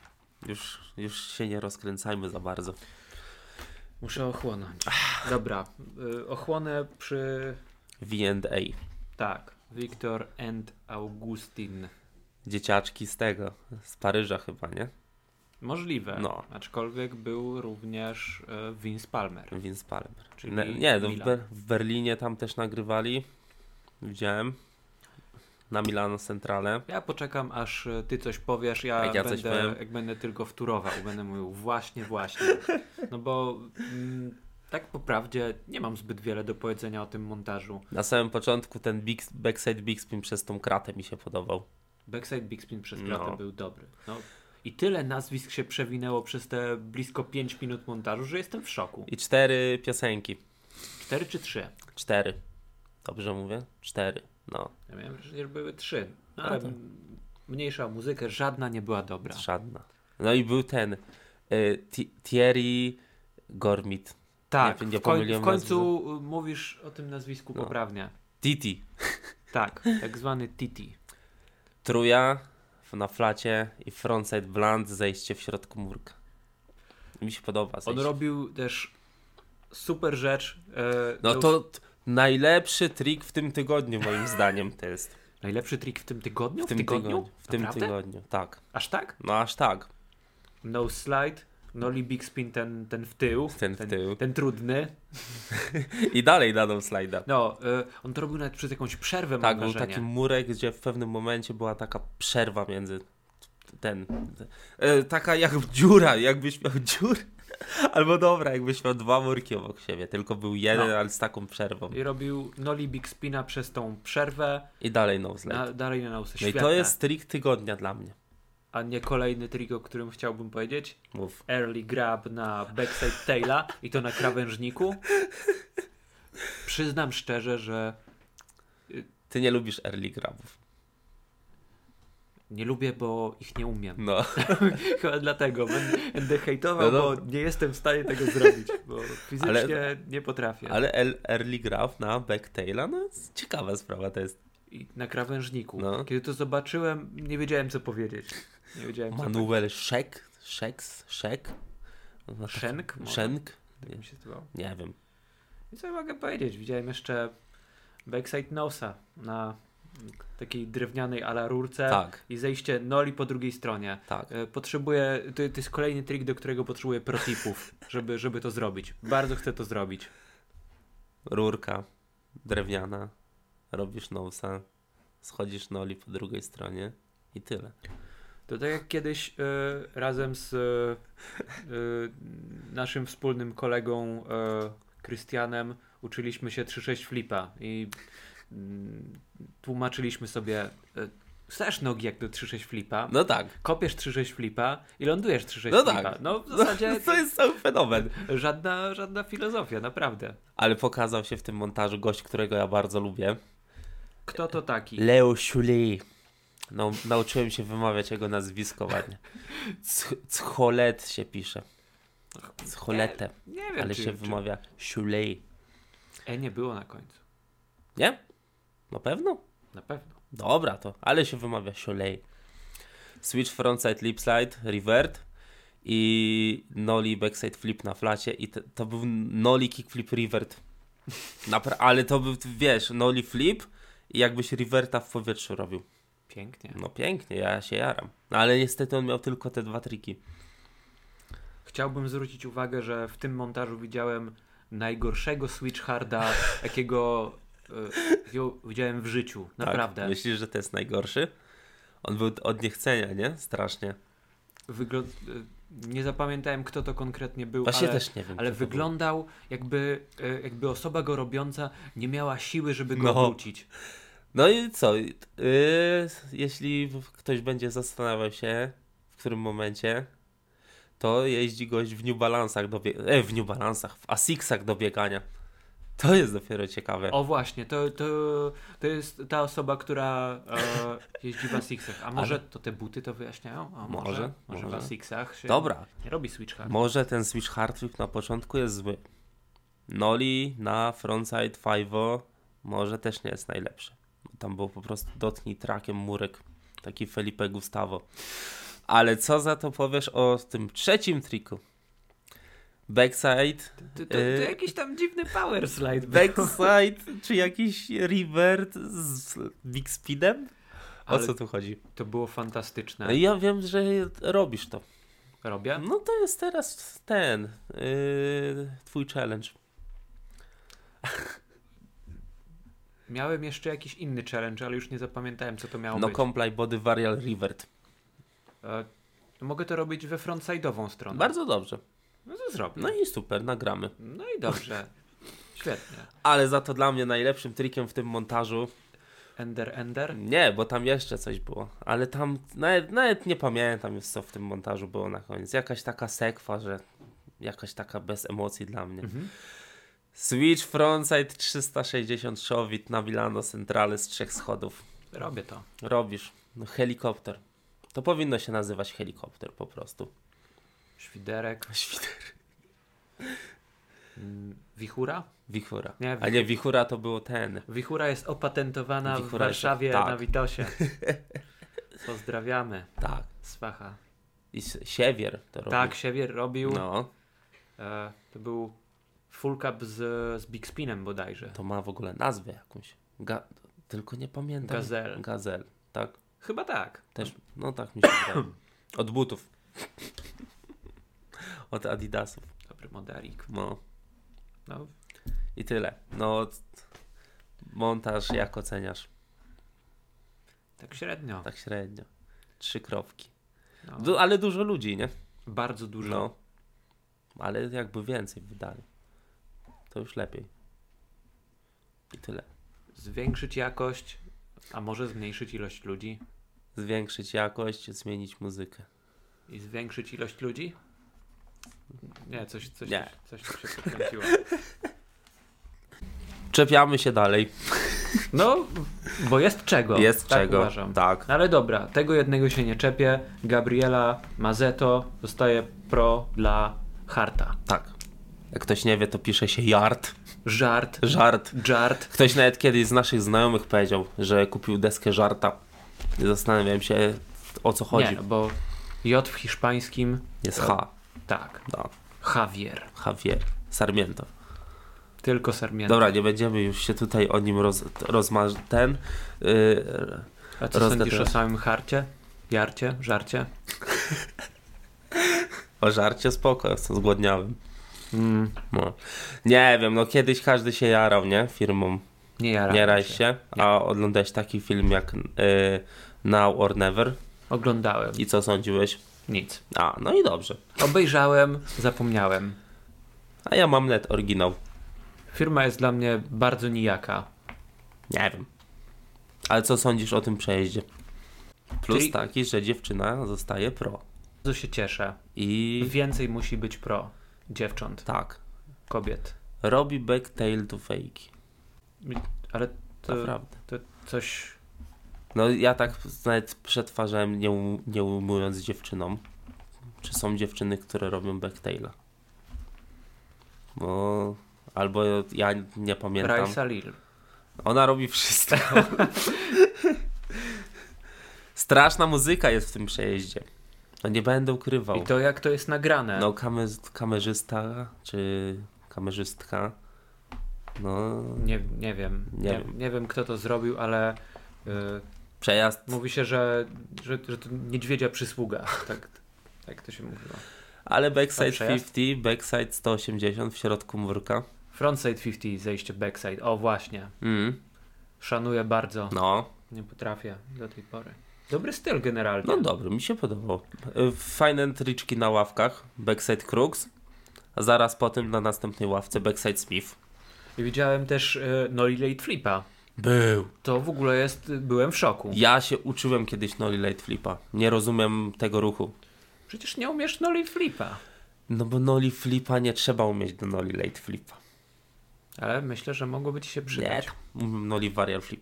Już się nie rozkręcajmy za bardzo. Muszę ochłonąć. Dobra, ochłonę przy... V&A. Tak, Victor and Augustin. Dzieciaczki z tego, z Paryża chyba, nie? Możliwe, No. aczkolwiek był również Vince Palmer. Vince Palmer. Czyli Nie, no Milan. w Berlinie tam też nagrywali. Widziałem. Na Milano Centrale. Ja poczekam, aż ty coś powiesz, ja Jak ja coś będę, powiem. jak będę tylko wtórował, będę mówił właśnie. No bo tak po prawdzie nie mam zbyt wiele do powiedzenia o tym montażu. Na samym początku ten backside big spin przez tą kratę mi się podobał. Backside Big Spin przez kratę No. był dobry. No. I tyle nazwisk się przewinęło przez te blisko 5 minut montażu, że jestem w szoku. I 4 piosenki. 4 czy 3? 4. Dobrze mówię? 4. No, Ja miałem wrażenie, że były 3. No, A ale to- mniejsza o muzykę, żadna nie była dobra. żadna. No i był ten Thierry Gormit. Tak, Nie w pomyliłem końcu mówisz o tym nazwisku No. poprawnie. Titi. Tak, tak zwany Titi. Truja na flacie i frontside blunt, zejście w środku murka. Mi się podoba On zejście. robił też super rzecz. No to najlepszy trik w tym tygodniu moim zdaniem to jest. Najlepszy trik w tym tygodniu? W tym tygodniu. W tym Naprawdę? tygodniu, tak. Aż tak? No aż tak. No slide, nollie big spin ten w tył. Ten w tył. Ten trudny. I dalej daną slajda. No, on to robił nawet przez jakąś przerwę, mam Tak, był wrażenie. taki murek, gdzie w pewnym momencie była taka przerwa między taka jak dziura, jakbyś miał dziurę. Albo dobra, jakbyś miał dwa murki obok siebie, tylko był jeden, No. ale z taką przerwą. I robił nollie big spina przez tą przerwę, I dalej no slide. dalej na nose. No i Świetne. to jest trik tygodnia dla mnie. A nie kolejny trik, o którym chciałbym powiedzieć? Mów. Early grab na backside taila i to na krawężniku. Przyznam szczerze, że Ty nie lubisz early grabów. nie lubię, bo ich nie umiem. No. Chyba dlatego będę hejtował, No bo dobra. nie jestem w stanie tego zrobić, bo fizycznie nie potrafię. Ale early grab na backtaila, no jest ciekawa sprawa to jest. I na krawężniku. No. Kiedy to zobaczyłem, nie wiedziałem co powiedzieć. Nie wiedziałem co Manuel Szek? No, Szenk? Może? Szenk? Tak mi się zdawało. Nie wiem. I co mogę powiedzieć? Widziałem jeszcze backside nosa na takiej drewnianej ala rurce Tak, i zejście noli po drugiej stronie. tak. Potrzebuję, to jest kolejny trik, do którego potrzebuję protipów, żeby to zrobić. Bardzo chcę to zrobić. Rurka drewniana, robisz nosa, schodzisz noli po drugiej stronie i tyle. To tak jak kiedyś razem z naszym wspólnym kolegą Krystianem uczyliśmy się 3-6 flipa i tłumaczyliśmy sobie stasz nogi jak do 3-6 flipa, No tak. kopiesz 3-6 flipa i lądujesz 3-6 No flipa. tak. No w zasadzie To jest cały fenomen. żadna filozofia, naprawdę. Ale pokazał się w tym montażu gość, którego ja bardzo lubię. Kto to taki? Leo Shuley. No, nauczyłem się wymawiać jego nazwisko ładnie. Cholet się pisze. Z choletę. Nie wiem, Ale się wymawia Shuley. Nie było na końcu. Nie? Na pewno? Na pewno. Dobra to, ale się wymawia Shuley. Switch frontside lip slide, revert i nollie backside flip na flacie i to był nollie kickflip revert. Ale to był, wiesz, nollie flip i jakbyś reverta w powietrzu robił. Pięknie. No pięknie, ja się jaram. No, ale niestety on miał tylko te 2 triki. Chciałbym zwrócić uwagę, że w tym montażu widziałem najgorszego switch harda, jakiego widziałem w życiu. Naprawdę. Tak, myślisz, że to jest najgorszy? On był od niechcenia, nie? Strasznie. Nie zapamiętałem, kto to konkretnie był, Właśnie też nie wiem. ale kto to wyglądał jakby osoba go robiąca nie miała siły, żeby go No. obrócić. No i co? Jeśli ktoś będzie zastanawiał się, w którym momencie, to jeździ gość w New Balance'ach w New Balance'ach, w Asicsach do biegania. To jest dopiero ciekawe. O właśnie, to jest ta osoba, która jeździ w Asicsach. A może to te buty to wyjaśniają? A może w Asicsach się Dobra. nie robi switch hard. Może ten switch hard flip na początku jest zły. Nollie na frontside 5-o może też nie jest najlepszy. Tam było po prostu dotknij trakiem murek. Taki Felipe Gustavo. Ale co za to powiesz o tym trzecim triku? Backside. To jakiś tam dziwny power slide był. Backside, czy jakiś revert z big speedem? O Ale co tu chodzi? To było fantastyczne. No ja wiem, że robisz to. Robię? No to jest teraz twój challenge. Miałem jeszcze jakiś inny challenge, ale już nie zapamiętałem, co to miało No być. comply body varial revert. Mogę to robić we frontside'ową stronę. Bardzo dobrze. No to zrobię. No i super, nagramy. No i dobrze. Świetnie. Ale za to dla mnie najlepszym trikiem w tym montażu... Ender? Nie, bo tam jeszcze coś było. Ale tam nawet nie pamiętam już, co w tym montażu było na koniec. Jakaś taka sekwa, że... Jakaś taka bez emocji dla mnie. Switch frontside 360 showit na Milano Centrale z 3 schodów. Robię to. Robisz. No, helikopter. To powinno się nazywać helikopter po prostu. Świderek. Świder. Wichura? Wichura. Nie, A nie, wichura to było ten. Wichura jest opatentowana w Wichura Warszawie jest, tak. na Witosie. Pozdrawiamy. Tak. Swacha. I Siewier to robił. Tak, Siewier robił. No. To był full cup z Big Spinem bodajże. To ma w ogóle nazwę jakąś. Tylko nie pamiętam. Gazel, tak? Chyba tak. Też, no tak mi się wydaje. Od butów. Od Adidasów. Dobry modelik. No. No, I tyle. No, montaż jak oceniasz? tak średnio. Tak średnio. 3 kropki. No, Ale dużo ludzi, nie? bardzo dużo. No. Ale jakby więcej wydali. To już lepiej. I tyle. Zwiększyć jakość, a może zmniejszyć ilość ludzi? Zwiększyć jakość, zmienić muzykę. I zwiększyć ilość ludzi? Nie, coś Nie. tu się podkręciło. Czepiamy się dalej. No, bo jest czego. Jest tak czego. Uważam. Tak. No ale dobra, tego jednego się nie czepię. Gabriela Mazzetto dostaje pro dla Harta. Tak. Jak ktoś nie wie, to pisze się Yard. Żart. Żart. Ktoś nawet kiedyś z naszych znajomych powiedział, że kupił deskę żarta. I zastanawiałem się, o co chodzi. Nie, bo J w hiszpańskim Jest H. tak. No. Javier. Sarmiento. Tylko Sarmiento. Dobra, nie będziemy już się tutaj o nim A co sądzisz o samym Harcie? Jarcie? Żarcie? O żarcie spoko, zgłodniałem. No. Nie wiem, no kiedyś każdy się jarał, nie? Firmą. Nie jarałem Nie raj się. A oglądałeś taki film jak Now or Never? Oglądałem. I co sądziłeś? Nic. A, no i dobrze. Obejrzałem, zapomniałem. A ja mam net oryginał. Firma jest dla mnie bardzo nijaka. Nie wiem. Ale co sądzisz o tym przejeździe? Plus Czyli- taki, że dziewczyna zostaje pro. Bardzo się cieszę. I Więcej musi być pro. Dziewcząt. tak. Kobiet. Robi backtail to fake. Ale to, Naprawdę. to coś... No ja tak nawet przetwarzałem, nie ujmując dziewczynom. Czy są dziewczyny, które robią backtaila? Bo... Albo ja nie pamiętam. Raisa Lil. Ona robi wszystko. Straszna muzyka jest w tym przejeździe. No nie będę ukrywał. I to jak to jest nagrane. No kamerzysta czy kamerzystka. No Nie wiem. Nie wiem. Nie wiem kto to zrobił, ale przejazd. mówi się, że to niedźwiedzia przysługa. Tak to się mówiło. Ale backside przejazd? 50, backside 180 w środku murka. Frontside 50, zejście backside. O właśnie. Szanuję bardzo. No. Nie potrafię do tej pory. Dobry styl generalnie. No dobry, mi się podobał. Fajne tryczki na ławkach. Backside Crooks. A zaraz potem na następnej ławce backside Smith. I widziałem też Nollie Late Flipa. Był. To w ogóle byłem w szoku. Ja się uczyłem kiedyś Nollie Late Flipa. Nie rozumiem tego ruchu. Przecież nie umiesz Nollie Flipa. No bo Nollie Flipa nie trzeba umieć do Nollie Late Flipa. Ale myślę, że mogłoby ci się przydać. Nie, umiem Nollie Varial Flipa.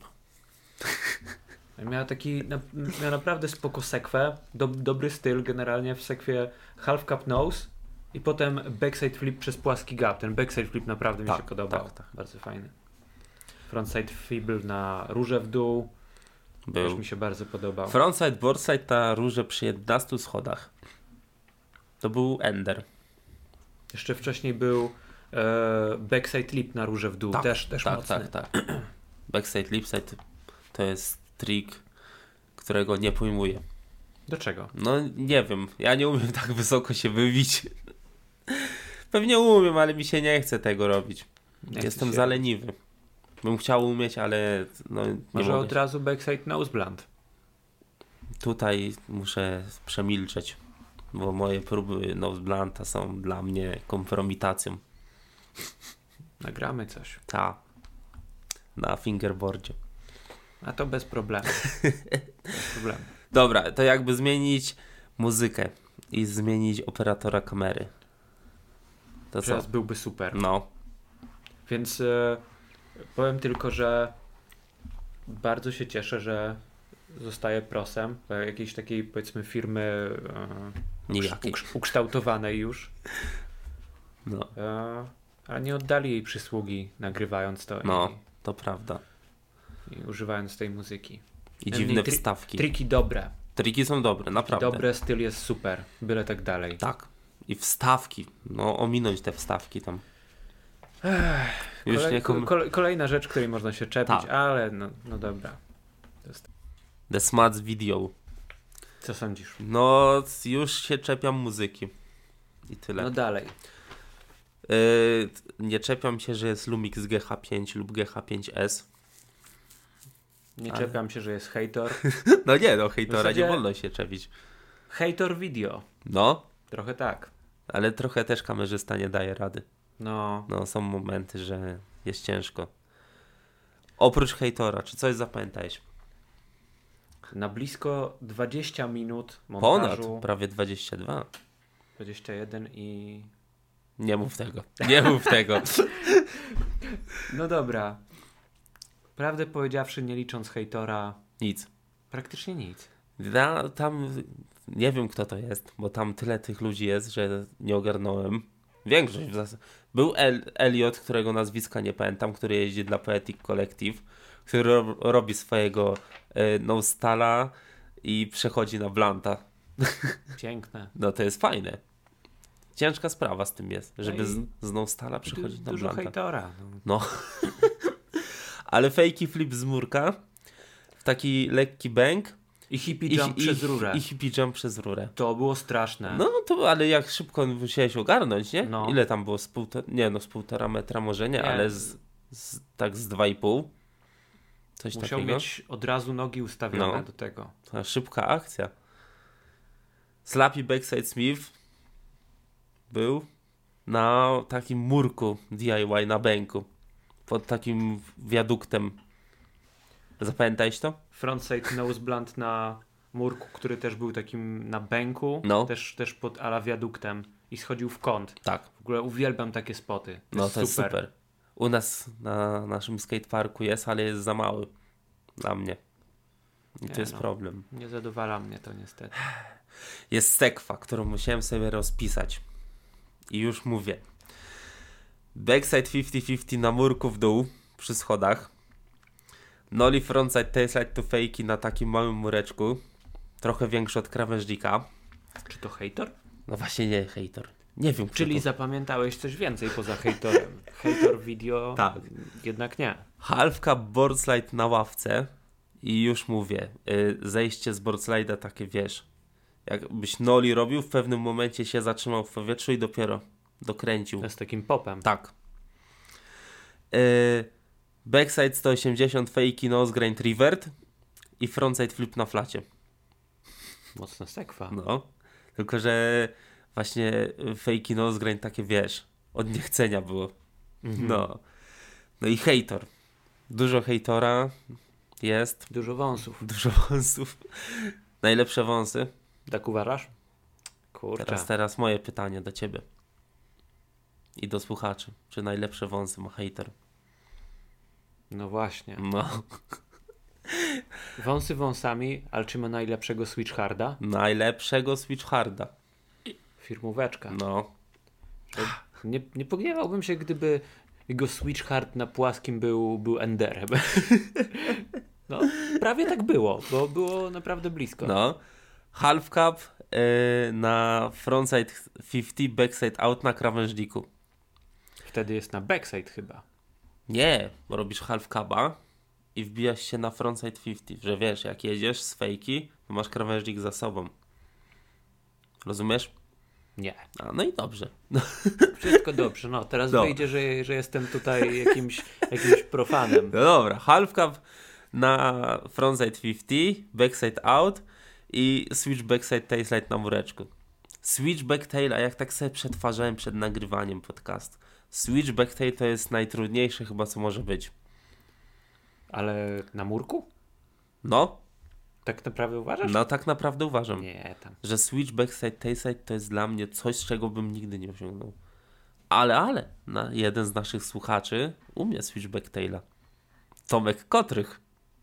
Miała naprawdę spoko sekwę, dobry styl generalnie w sekwie half cup nose i potem backside flip przez płaski gap. Ten backside flip naprawdę mi się podobał. Tak. Bardzo fajny. Frontside fibble na róże w dół. Był. Też mi się bardzo podobał. Frontside, boardside ta róże przy 11 schodach. To był Ender. Jeszcze wcześniej był backside lip na róże w dół. Też mocny. Tak. Backside, lipside to jest trik, którego nie pojmuję. Do czego? No nie wiem, ja nie umiem tak wysoko się wybić. Pewnie umiem, ale mi się nie chce tego robić. Jestem za leniwy. Bym chciał umieć, ale no nie Może mogę. od razu backside nose blunt. Tutaj muszę przemilczeć, bo moje próby nose blunta są dla mnie kompromitacją. Nagramy coś. Na fingerboardzie. A to bez problemu. Bez problemu. Dobra, to jakby zmienić muzykę i zmienić operatora kamery. To Teraz co? byłby super. No. Więc powiem tylko, że bardzo się cieszę, że zostaję prosem jakiejś takiej powiedzmy firmy Nijakiej. ukształtowanej już. No. Ale nie oddali jej przysługi nagrywając to No, to prawda. i używając tej muzyki. I dziwne wstawki. Triki dobre. Triki są dobre, naprawdę. Dobre, styl jest super. Byle tak dalej. Tak. I wstawki. No, ominąć te wstawki tam. Już Kolejna rzecz, której można się czepić, Tak. ale no dobra. The Smuts Video. Co sądzisz? No, już się czepiam muzyki. I tyle. No dalej. Nie czepiam się, że jest Lumix GH5 lub GH5S. Nie czepiam się, że jest hejtor. No nie, no hejtora W zasadzie- nie wolno się czepić. Hejtor video. No, Trochę tak. ale trochę też kamerzysta nie daje rady. No. No, są momenty, że jest ciężko. Oprócz hejtora, czy coś zapamiętałeś? Na blisko 20 minut Ponad, montażu. prawie 22. 21 i... Nie mów tego, nie mów tego. No dobra. Prawdę powiedziawszy, nie licząc hejtora, Nic. praktycznie nic. Tam nie wiem kto to jest, bo tam tyle tych ludzi jest, że nie ogarnąłem. Większość w zasadzie. Był Elliot, którego nazwiska nie pamiętam, który jeździ dla Poetic Collective, który robi swojego no-stala i przechodzi na blanta. Piękne. No to jest fajne. Ciężka sprawa z tym jest, żeby No z no-stala przechodzić na Dużo blanta. hejtora. No. No. Ale fejki flip z murka w taki lekki bank I hippie jump przez rurę. i hippie jump przez rurę. To było straszne. No to, ale jak szybko musiałeś ogarnąć, nie? No. Ile tam było? Z 1,5 metra może nie, ale tak z 2,5. Coś Musiał takiego. mieć od razu nogi ustawione No. do tego. To szybka akcja. Slappy Backside Smith był na takim murku DIY na bęku. Pod takim wiaduktem. Zapamiętałeś to? Frontside nose blunt na murku, który też był takim na bęku. No. Też pod ala wiaduktem. I schodził w kąt. Tak. W ogóle uwielbiam takie spoty. To jest super. U nas na naszym skateparku jest, ale jest za mały. Dla mnie. I to jest problem. Nie zadowala mnie to niestety. Jest sekwa, którą musiałem sobie rozpisać. I już mówię. Backside 50-50 na murku w dół przy schodach. Nollie frontside tailslide to fake'i na takim małym mureczku. Trochę większy od krawężnika. Czy to hejtor? No właśnie nie, hejtor. Nie wiem, kto Czyli to... zapamiętałeś coś więcej poza hejtorem. Hejtor video Tak. jednak nie. Half cup board slide na ławce i już mówię, zejście z board slide'a takie, wiesz, jakbyś nollie robił, w pewnym momencie się zatrzymał w powietrzu i dopiero dokręcił. Z takim popem. Tak. Backside 180 fake'i nose grind revert i frontside flip na flacie. Mocna sekwa. No, tylko że właśnie fake'i nose grind takie, wiesz, od niechcenia było. No. No i hejtor. Dużo hejtora jest. Dużo wąsów. Dużo wąsów. Najlepsze wąsy. Tak uważasz? Kurczę. Teraz moje pytanie do ciebie. I do słuchaczy. Czy najlepsze wąsy ma hejter? No właśnie. No. Wąsy wąsami, ale czy ma najlepszego switch harda? Najlepszego switch harda. Firmóweczka. No. Nie pogniewałbym się, gdyby jego switch hard na płaskim był enderem. No, prawie tak było, bo było naprawdę blisko. No. Half cup na frontside 50, backside out na krawężniku. Wtedy jest na backside chyba. Nie, bo robisz half cupa i wbijasz się na frontside 50, że wiesz, jak jedziesz z fejki, to masz krawężnik za sobą. Rozumiesz? Nie. A, no i dobrze. Wszystko dobrze. No, teraz No. wyjdzie, że jestem tutaj jakimś profanem. No dobra, half cup na frontside 50, backside out i switch backside tailslide na mureczku. Switch backtail, a jak tak sobie przetwarzałem przed nagrywaniem podcastu. Switch backtail to jest najtrudniejsze chyba, co może być. Ale na murku? No, Tak naprawdę uważasz? no tak naprawdę uważam, Nie, tam. że switch backside tailslide to jest dla mnie coś, czego bym nigdy nie osiągnął. Ale, jeden z naszych słuchaczy umie switch backtaila. Tomek Kotrych.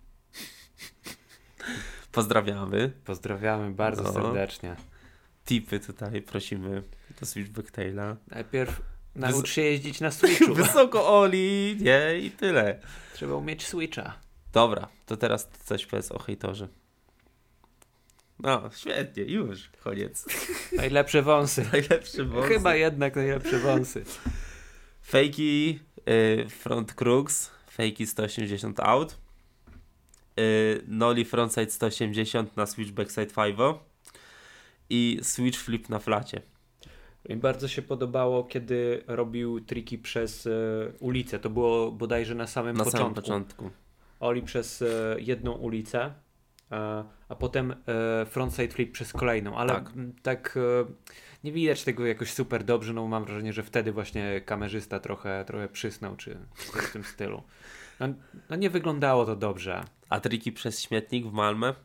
Pozdrawiamy. Pozdrawiamy bardzo No. serdecznie. Tipy tutaj prosimy do switch backtaila. Najpierw naucz się jeździć na switchu. Wysoko Oli, nie i tyle. Trzeba umieć switcha. Dobra, to teraz coś powiedz o hejtorze. No, świetnie, już, koniec. Najlepsze wąsy. Najlepszy boss. Chyba jednak najlepsze wąsy. Fakey front crux, fakey 180 out, nollie frontside 180 na switch backside 5 i switch flip na flacie. Mi bardzo się podobało, kiedy robił triki przez ulicę. To było bodajże na samym początku. Oli przez jedną ulicę, a potem frontside flip przez kolejną, ale tak nie widać tego jakoś super dobrze, no mam wrażenie, że wtedy właśnie kamerzysta trochę przysnął, czy coś w tym stylu. No nie wyglądało to dobrze. A triki przez śmietnik w Malmę?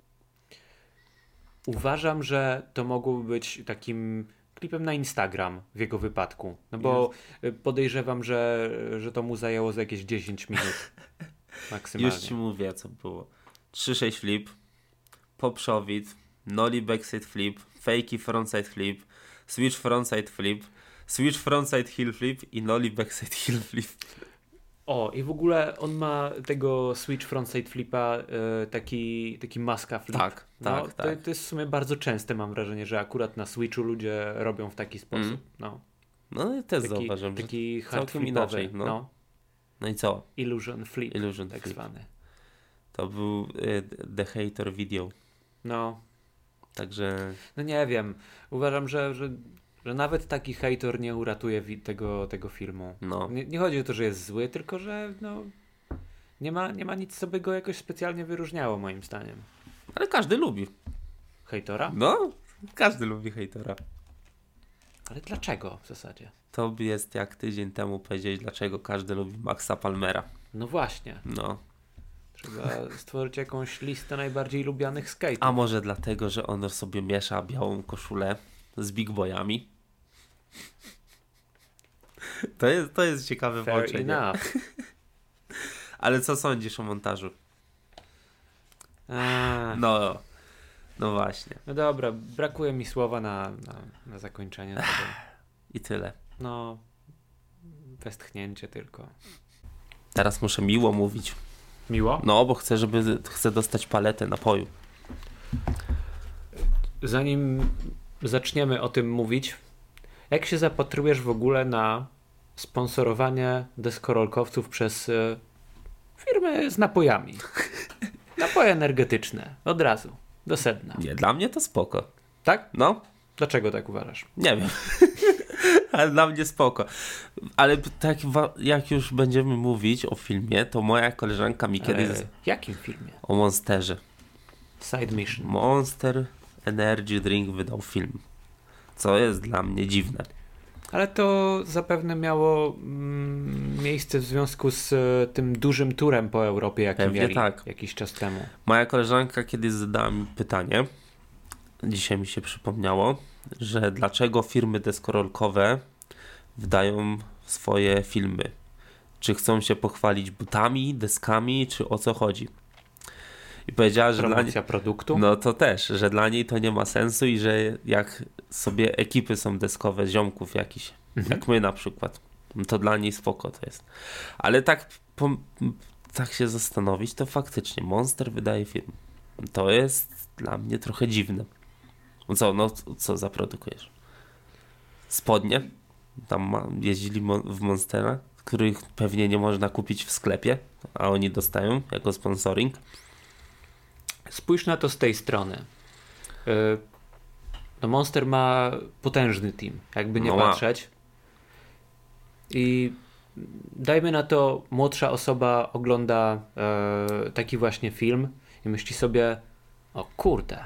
Uważam, że to mogłoby być takim klipem na Instagram w jego wypadku, no bo podejrzewam, że to mu zajęło za jakieś 10 minut maksymalnie. Już ci mówię, co było. 3-6 flip, poprzowid, nollie backside flip, fakey frontside flip, switch frontside flip, switch frontside heel flip i nollie backside heel flip. O, i w ogóle on ma tego switch frontside flipa taki maska flip. Tak. To jest w sumie bardzo częste, mam wrażenie, że akurat na switchu ludzie robią w taki sposób. No i też zauważyłem, że taki hard całkiem flipowy, inaczej. No i co? Illusion flip, Illusion tak flip. zwany. To był The Hater Video. No. Także... No nie wiem. Uważam, że nawet taki hejtor nie uratuje tego filmu. No. Nie chodzi o to, że jest zły, tylko że nie ma nic, co by go jakoś specjalnie wyróżniało, moim zdaniem. Ale każdy lubi. Hejtora? No, każdy lubi hejtora. Ale dlaczego w zasadzie? To jest jak tydzień temu powiedzieć, dlaczego każdy lubi Maxa Palmera. No właśnie. No. Trzeba stworzyć jakąś listę najbardziej lubianych skate'ów. A może dlatego, że on sobie miesza białą koszulę z Big Boyami? To jest ciekawe Fair włączenie. enough. Ale co sądzisz o montażu? No właśnie. No dobra, brakuje mi słowa na zakończenie tego. I tyle. No, Westchnięcie tylko. Teraz muszę miło mówić. Miło? No, bo chcę dostać paletę napoju. Zanim zaczniemy o tym mówić, jak się zapatrujesz w ogóle na sponsorowanie deskorolkowców przez firmy z napojami? Napoje energetyczne. Od razu. Do sedna. Nie, dla mnie to spoko. Tak? No, Dlaczego tak uważasz? nie wiem. Ale dla mnie spoko. Ale tak jak już będziemy mówić o filmie, to moja koleżanka mi kiedyś... W jakim filmie? O Monsterze. Side Mission. Monster Energy Drink wydał film. Co jest dla mnie dziwne. Ale to zapewne miało miejsce w związku z tym dużym turem po Europie, jaki Pewnie mieli tak. jakiś czas temu. Moja koleżanka kiedyś zadała mi pytanie, dzisiaj mi się przypomniało, że dlaczego firmy deskorolkowe wydają swoje filmy? Czy chcą się pochwalić butami, deskami, czy o co chodzi? I powiedziała, że Promocja produktu? No to też, że dla niej to nie ma sensu i że jak sobie ekipy są deskowe, ziomków jakichś, jak my na przykład, to dla niej spoko to jest. Ale tak się zastanowić, to faktycznie Monster wydaje film. To jest dla mnie trochę dziwne. Co zaprodukujesz? Spodnie? Tam jeździli w Monstera, których pewnie nie można kupić w sklepie, a oni dostają jako sponsoring. Spójrz na to z tej strony. No Monster ma potężny team, jakby nie patrzeć. I dajmy na to, młodsza osoba ogląda taki właśnie film i myśli sobie, o kurde,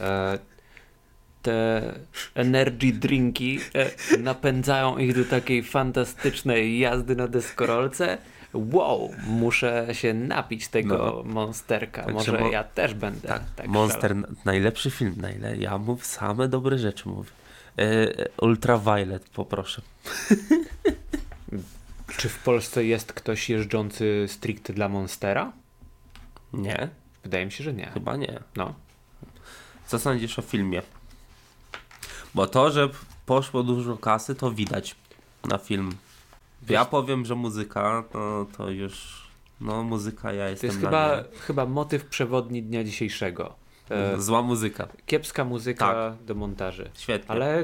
te energy drinki napędzają ich do takiej fantastycznej jazdy na deskorolce. Wow, muszę się napić tego Monsterka. Tak, może ja też będę. Tak Monster, najlepszy film. Ja mów same dobre rzeczy mówię. Ultraviolet poproszę. Czy w Polsce jest ktoś jeżdżący stricte dla Monstera? Nie. Wydaje mi się, że nie. Chyba nie. No. Co sądzisz o filmie? Bo to, że poszło dużo kasy, to widać na film. Ja powiem, że muzyka, to już... No muzyka, ja jestem to jest chyba motyw przewodni dnia dzisiejszego. Zła muzyka. Kiepska muzyka do montaży. Świetnie. Ale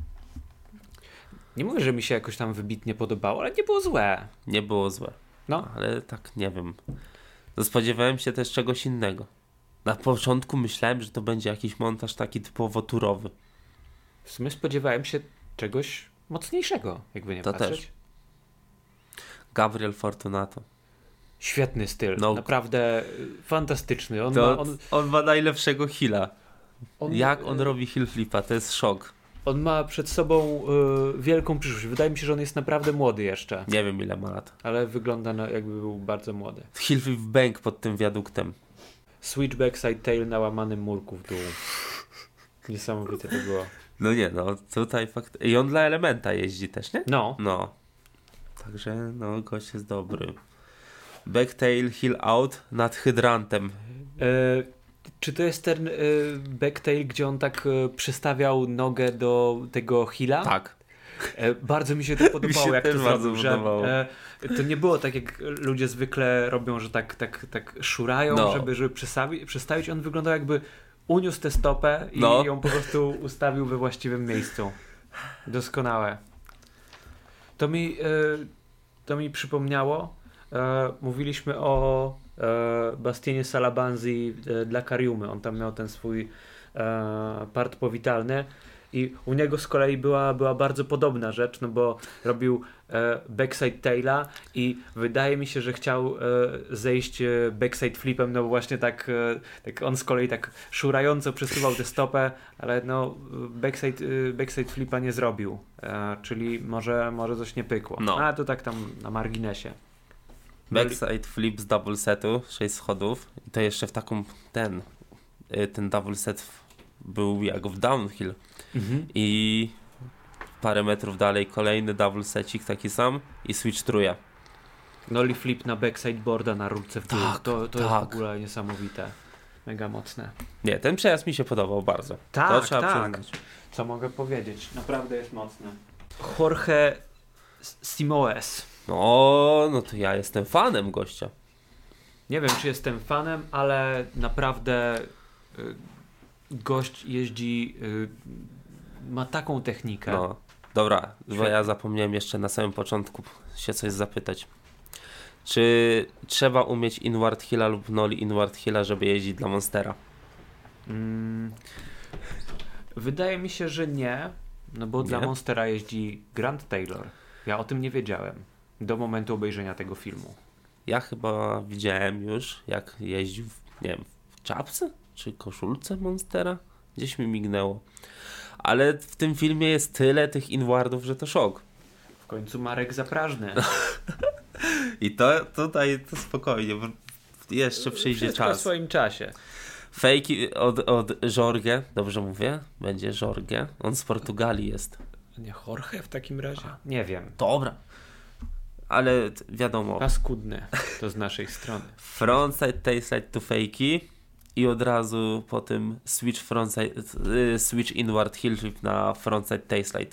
nie mówię, że mi się jakoś tam wybitnie podobało, ale nie było złe. Nie było złe. No. Ale tak nie wiem. No, spodziewałem się też czegoś innego. Na początku myślałem, że to będzie jakiś montaż taki typowo turowy. W sumie spodziewałem się czegoś mocniejszego, jakby nie to patrzeć. Też. Gabriel Fortunato. Świetny styl. Naprawdę fantastyczny. On ma najlepszego heala. Jak on robi heel flipa, to jest szok. On ma przed sobą wielką przyszłość. Wydaje mi się, że on jest naprawdę młody jeszcze. Nie wiem ile ma lat. Ale wygląda jakby był bardzo młody. Heel flip bank pod tym wiaduktem. Switchback side tail na łamanym murku w dół. Niesamowite to było. No nie, tutaj fakt... I on dla Elementa jeździ też, nie? No. Także gość jest dobry. Backtail, heel out nad hydrantem. Czy to jest ten backtail, gdzie on tak przystawiał nogę do tego heala? Tak. Bardzo mi się to podobało, mi się jak też to bardzo zrobił, podobało. To nie było tak, jak ludzie zwykle robią, że tak szurają, żeby przestawić. On wyglądał, jakby uniósł tę stopę i ją po prostu ustawił we właściwym miejscu. Doskonałe. To mi przypomniało, mówiliśmy o Bastienie Salabanzi dla Kariumy. On tam miał ten swój part powitalny i u niego z kolei była bardzo podobna rzecz, no bo robił backside taila i wydaje mi się, że chciał zejść backside flipem, no bo właśnie tak on z kolei tak szurająco przesuwał tę stopę, ale backside flipa nie zrobił, czyli może coś nie pykło. A to tak tam na marginesie. Backside flip z double setu, 6 schodów. I to jeszcze w taką ten double set był jak w downhill. I parę metrów dalej kolejny double secik taki sam i switch truja. Nollie flip na backside boarda na rurce w dół. To jest w ogóle niesamowite. Mega mocne. Nie, ten przejazd mi się podobał bardzo. Tak, to trzeba przyznać. Co mogę powiedzieć? Naprawdę jest mocne. Jorge Simoes. No to ja jestem fanem gościa. Nie wiem, czy jestem fanem, ale naprawdę gość jeździ, ma taką technikę. No, dobra, bo Świetnie. ja zapomniałem jeszcze na samym początku się coś zapytać. Czy trzeba umieć Inward Hilla lub Nollie Inward Hilla, żeby jeździć dla Monstera? Wydaje mi się, że nie, no bo dla Nie? Monstera jeździ Grant Taylor. Ja o tym nie wiedziałem do momentu obejrzenia tego filmu. Ja chyba widziałem już, jak jeździł, nie wiem, w czapce czy koszulce Monstera? Gdzieś mi mignęło. Ale w tym filmie jest tyle tych Inwardów, że to szok. W końcu Marek Zaprażny. I to tutaj to spokojnie, bo jeszcze przyjdzie Wszystko w czas. swoim czasie. Fejki od Jorge, dobrze mówię? Będzie Jorge. On z Portugalii jest. Nie Jorge w takim razie? Nie wiem. Dobra. Ale wiadomo, Paskudny to z naszej strony. frontside, tailslide to fejki i od razu po tym switch inward hill flip na frontside, tailslide.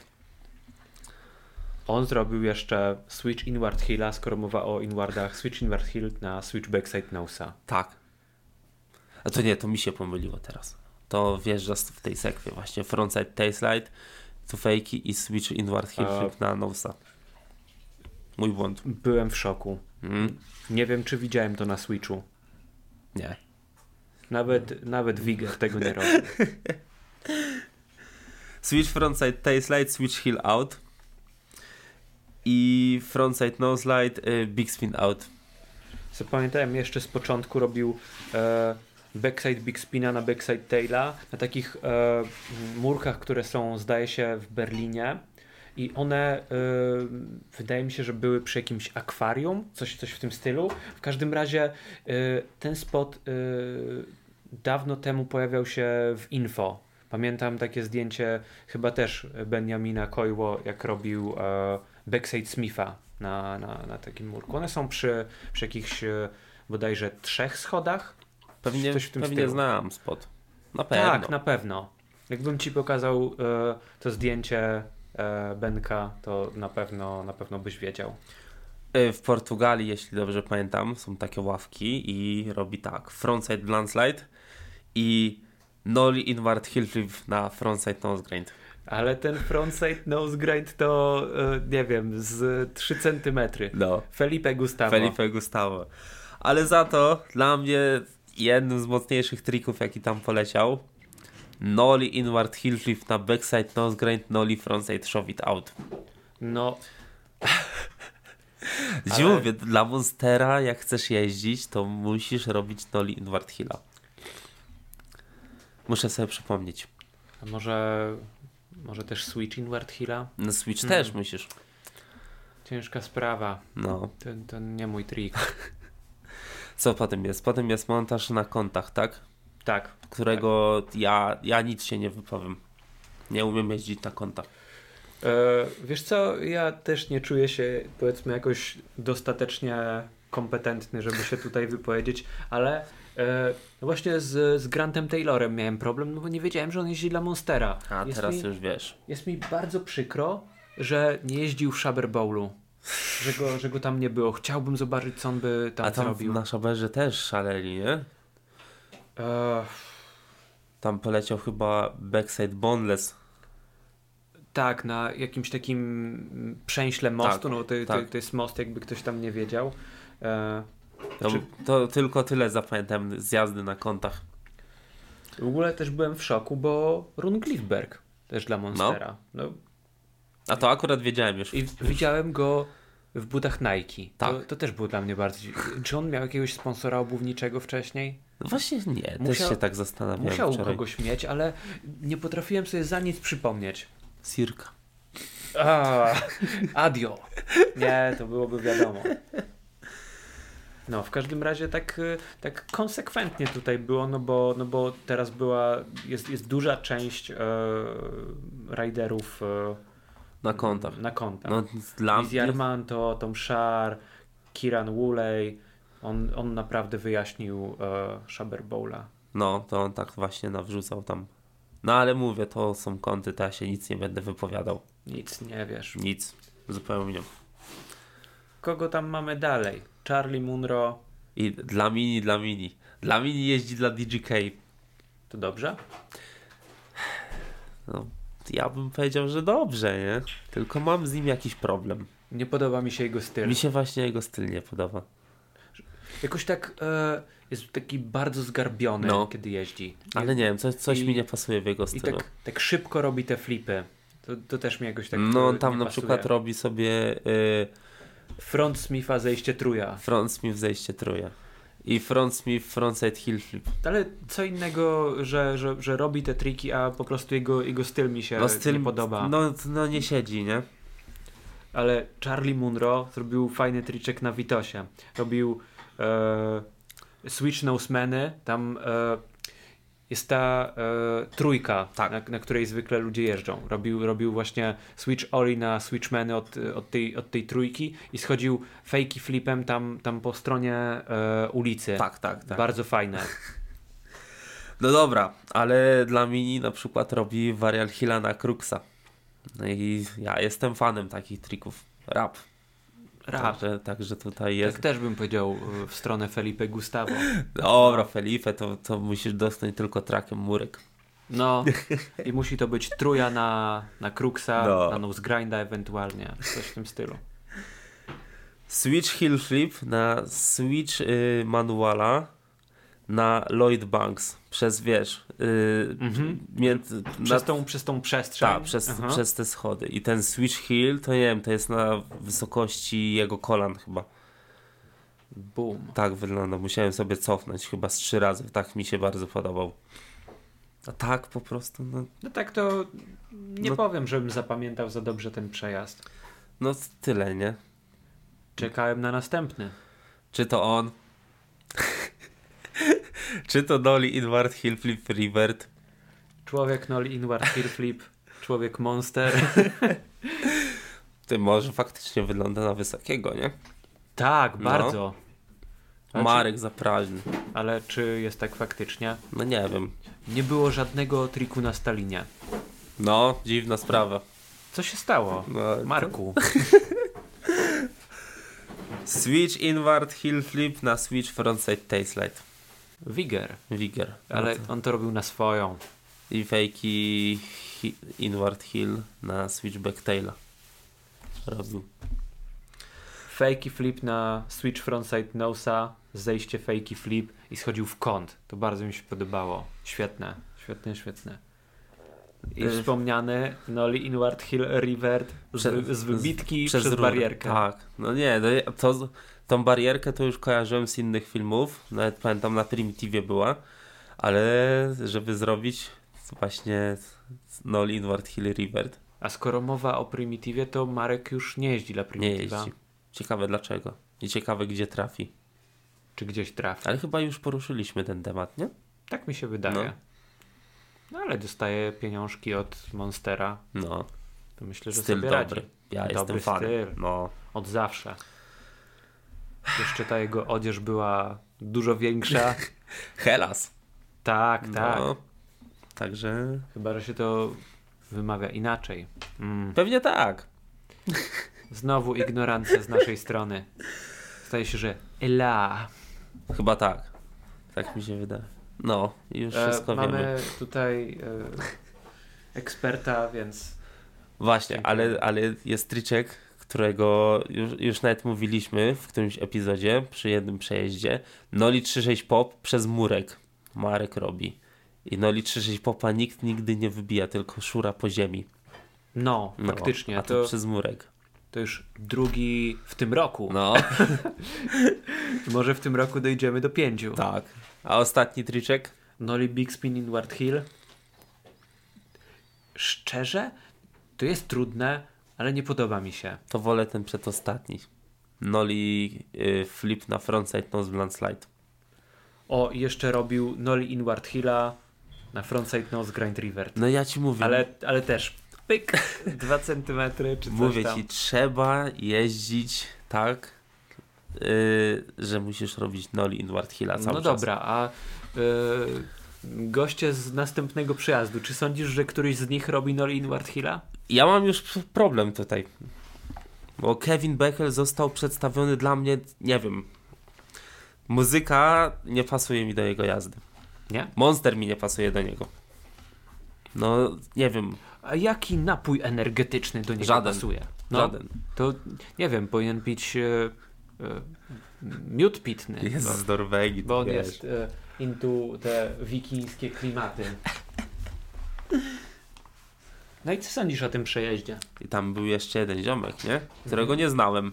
On zrobił jeszcze switch inward hilla, skoro mowa o inwardach, switch inward hill na switch backside nosa. Tak. A to nie, to mi się pomyliło teraz. To wjeżdża w tej sekwie właśnie frontside, tailslide to fejki i switch inward hill flip na nosa. Mój błąd. Byłem w szoku. Nie wiem, czy widziałem to na switchu. Nie. Nawet Wigger tego nie robi. Switch frontside tailslide, switch heel out i frontside noselide, big spin out. Co pamiętałem, jeszcze z początku robił backside big spina na backside taila na takich murkach, które są, zdaje się, w Berlinie. I one, wydaje mi się, że były przy jakimś akwarium, coś w tym stylu. W każdym razie ten spot dawno temu pojawiał się w info. Pamiętam takie zdjęcie chyba też Benjamina Koiło, jak robił backside Smitha na takim murku. One są przy jakichś bodajże 3 schodach. Coś w tym Pewnie stylu. znam spot. Na pewno. Tak, na pewno. Jakbym ci pokazał to zdjęcie Benka, to na pewno byś wiedział. W Portugalii, jeśli dobrze pamiętam, są takie ławki i robi tak, frontside blunt slide i nollie inward heel flip na frontside nose grind. Ale ten frontside nose grind to, nie wiem, z 3 cm. No. Felipe Gustavo. Ale za to dla mnie jednym z mocniejszych trików, jaki tam poleciał, nollie inward heel flip na backside nose grind, nollie frontside shove it out. No. Mówię, dla Monstera jak chcesz jeździć, to musisz robić nollie inward hilla. Muszę sobie przypomnieć. A może też switch inward hilla? No switch też musisz. Ciężka sprawa. No. To nie mój trik. Co potem jest? Potem jest montaż na kątach, tak? Tak. Którego ja nic się nie wypowiem. Nie umiem jeździć na kątach. Wiesz co, ja też nie czuję się, powiedzmy, jakoś dostatecznie kompetentny, żeby się tutaj wypowiedzieć, ale właśnie z Grantem Taylorem miałem problem, no bo nie wiedziałem, że on jeździ dla Monstera. A teraz już wiesz. Jest mi bardzo przykro, że nie jeździł w Shabber Bowlu, że go tam nie było. Chciałbym zobaczyć, co on by tam A tam zrobił. na Szaberze też szaleli, nie? Tam poleciał chyba backside boneless. Tak, na jakimś takim przęśle mostu, no to jest most, jakby ktoś tam nie wiedział. To tylko tyle zapamiętam z jazdy na kątach. W ogóle też byłem w szoku, bo Rune Glifberg też dla Monstera. No. A to akurat wiedziałem już. I widziałem go w butach Nike. Tak. To też było dla mnie bardzo... Czy on miał jakiegoś sponsora obuwniczego wcześniej? No właśnie nie, też się tak zastanawiałem Musiał wczoraj. kogoś mieć, ale nie potrafiłem sobie za nic przypomnieć. Cirka. Adio. Nie, to byłoby wiadomo. No, w każdym razie tak konsekwentnie tutaj było, no bo teraz jest duża część riderów Na kątach. Na kątach. No, dla Lizzie Armanto, Tom Shar, Kieran Woolley. On naprawdę wyjaśnił Shabber Bowla. No, to on tak właśnie nawrzucał tam. No ale mówię, to są kąty, to ja się nic nie będę wypowiadał. Nic nie wiesz. Nic. zupełnie. Kogo tam mamy dalej? Charlie Munro. I dla mini. Dla mini jeździ dla DGK. To dobrze? No, ja bym powiedział, że dobrze, nie? Tylko mam z nim jakiś problem. Nie podoba mi się jego styl. Mi się właśnie jego styl nie podoba. Jakoś tak jest taki bardzo zgarbiony, No. kiedy jeździ. Ale nie wiem, coś i- mi nie pasuje w jego I stylu. tak szybko robi te flipy. To też mi jakoś tak No on tam nie na pasuje. przykład robi sobie Front Smitha zejście truja. front Smith zejście truja. I front Smith frontside heel flip. Ale co innego, że robi te triki, a po prostu jego styl mi się No styl nie podoba. No nie siedzi, nie? Ale Charlie Munro zrobił fajny triczek na Vitosie. Robił switch nosemany, tam jest ta trójka, Tak. na której zwykle ludzie jeżdżą. Robił właśnie switch ollie na switchmany od tej trójki i schodził fakey flipem tam po stronie ulicy. Tak. Bardzo fajne. No dobra, ale dla mini na przykład robi varial heala na Cruxa. No i ja jestem fanem takich trików. Rap. Także tutaj jest. Tak też bym powiedział w stronę Felipe Gustavo. Dobra, Felipe, to musisz dostać tylko trakiem murek. No i musi to być truja na Cruxa, No. na nose grinda ewentualnie, coś w tym stylu. Switch heel flip na switch manuala na Lloyd Banks. Przez wiesz. Przez tą przestrzeń. Tak, przez te schody. I ten switch heel to nie wiem, to jest na wysokości jego kolan chyba. Boom. Tak wygląda. Musiałem sobie cofnąć chyba z 3 razy. Tak mi się bardzo podobał. A tak po prostu, No tak to nie No. powiem, żebym zapamiętał za dobrze ten przejazd. no tyle, nie? Czekałem na następny. Czy to on? Czy to Dolly Inward Hill Flip Revert? Człowiek nollie inward heel flip, człowiek monster. Ty może faktycznie wygląda na wysokiego, nie? Tak, No. bardzo. Ale Marek zaprażny. Ale czy jest tak faktycznie? No nie wiem. Nie było żadnego triku na Stalinie. No, dziwna sprawa. Co się stało? No, Marku. Switch Inward Hill Flip na switch frontside tailslide. Wiger. Wigger. Ale No to- on to robił na swoją. I fakey Inward Hill na switch backtaila. Robił. Fakey flip na switch frontside nosa, zejście fakey flip i schodził w kąt. To bardzo mi się podobało. Świetne. I wspomniany nollie inward heel revert z wybitki przez rurę. barierkę. Tak. No nie, tą barierkę to już kojarzyłem z innych filmów. Nawet pamiętam na Primitivie była. Ale żeby zrobić właśnie nollie inward heel revert A skoro mowa o Primitivie, to Marek już nie jeździ dla nie Primitiva. jeździ. Ciekawe dlaczego. I ciekawe gdzie trafi. Czy gdzieś trafi. Ale chyba już poruszyliśmy ten temat, nie? Tak mi się wydaje. No ale dostaje pieniążki od Monstera. No. To myślę, że Styl sobie dobry. radzi. Ja Dobry jestem fanem. styl. No. Od zawsze. Jeszcze ta jego odzież była dużo większa. Helas. Tak. No. Także Chyba, że się to wymawia inaczej. pewnie tak. Znowu ignorancja z naszej strony. Zdaje się, że Ela. Chyba tak. Tak mi się wydaje. No, już wszystko Mamy wiemy. tutaj eksperta, więc Właśnie, Dziękuję. ale jest tryczek, którego już nawet mówiliśmy w którymś epizodzie, przy jednym przejeździe. Nollie 3.6 pop przez murek Marek robi. I Nollie 3.6 popa nikt nigdy nie wybija, tylko szura po ziemi. no, No, faktycznie. a to przez murek. To już drugi w tym roku. No, Może w tym roku dojdziemy do 5. tak. A ostatni tryczek? Nollie Big Spin Inward Hill. Szczerze? To jest trudne, ale nie podoba mi się. To wolę ten przedostatni. Nollie flip na frontside nose blunt slide. O, i jeszcze robił Nollie Inward Hilla na frontside nose grind revert. No ja ci mówię. Ale też pyk, 2 cm czy coś Mówię tam. ci, trzeba jeździć tak, że musisz robić Nollie Inward Hilla cały No czas. dobra, a goście z następnego przyjazdu, czy sądzisz, że któryś z nich robi Nollie Inward Hilla? Ja mam już problem tutaj. Bo Kevin Beckel został przedstawiony dla mnie, nie wiem, muzyka nie pasuje mi do jego jazdy. Nie? Monster mi nie pasuje do niego. No, nie wiem. A jaki napój energetyczny do niego Żaden. pasuje? Żaden. To, nie wiem, powinien pić miód pitny. Jest z Norwegii. Bo on wiesz. jest into te wikińskie klimaty. No i co sądzisz o tym przejeździe? I tam był jeszcze jeden ziomek, nie? Którego nie znałem.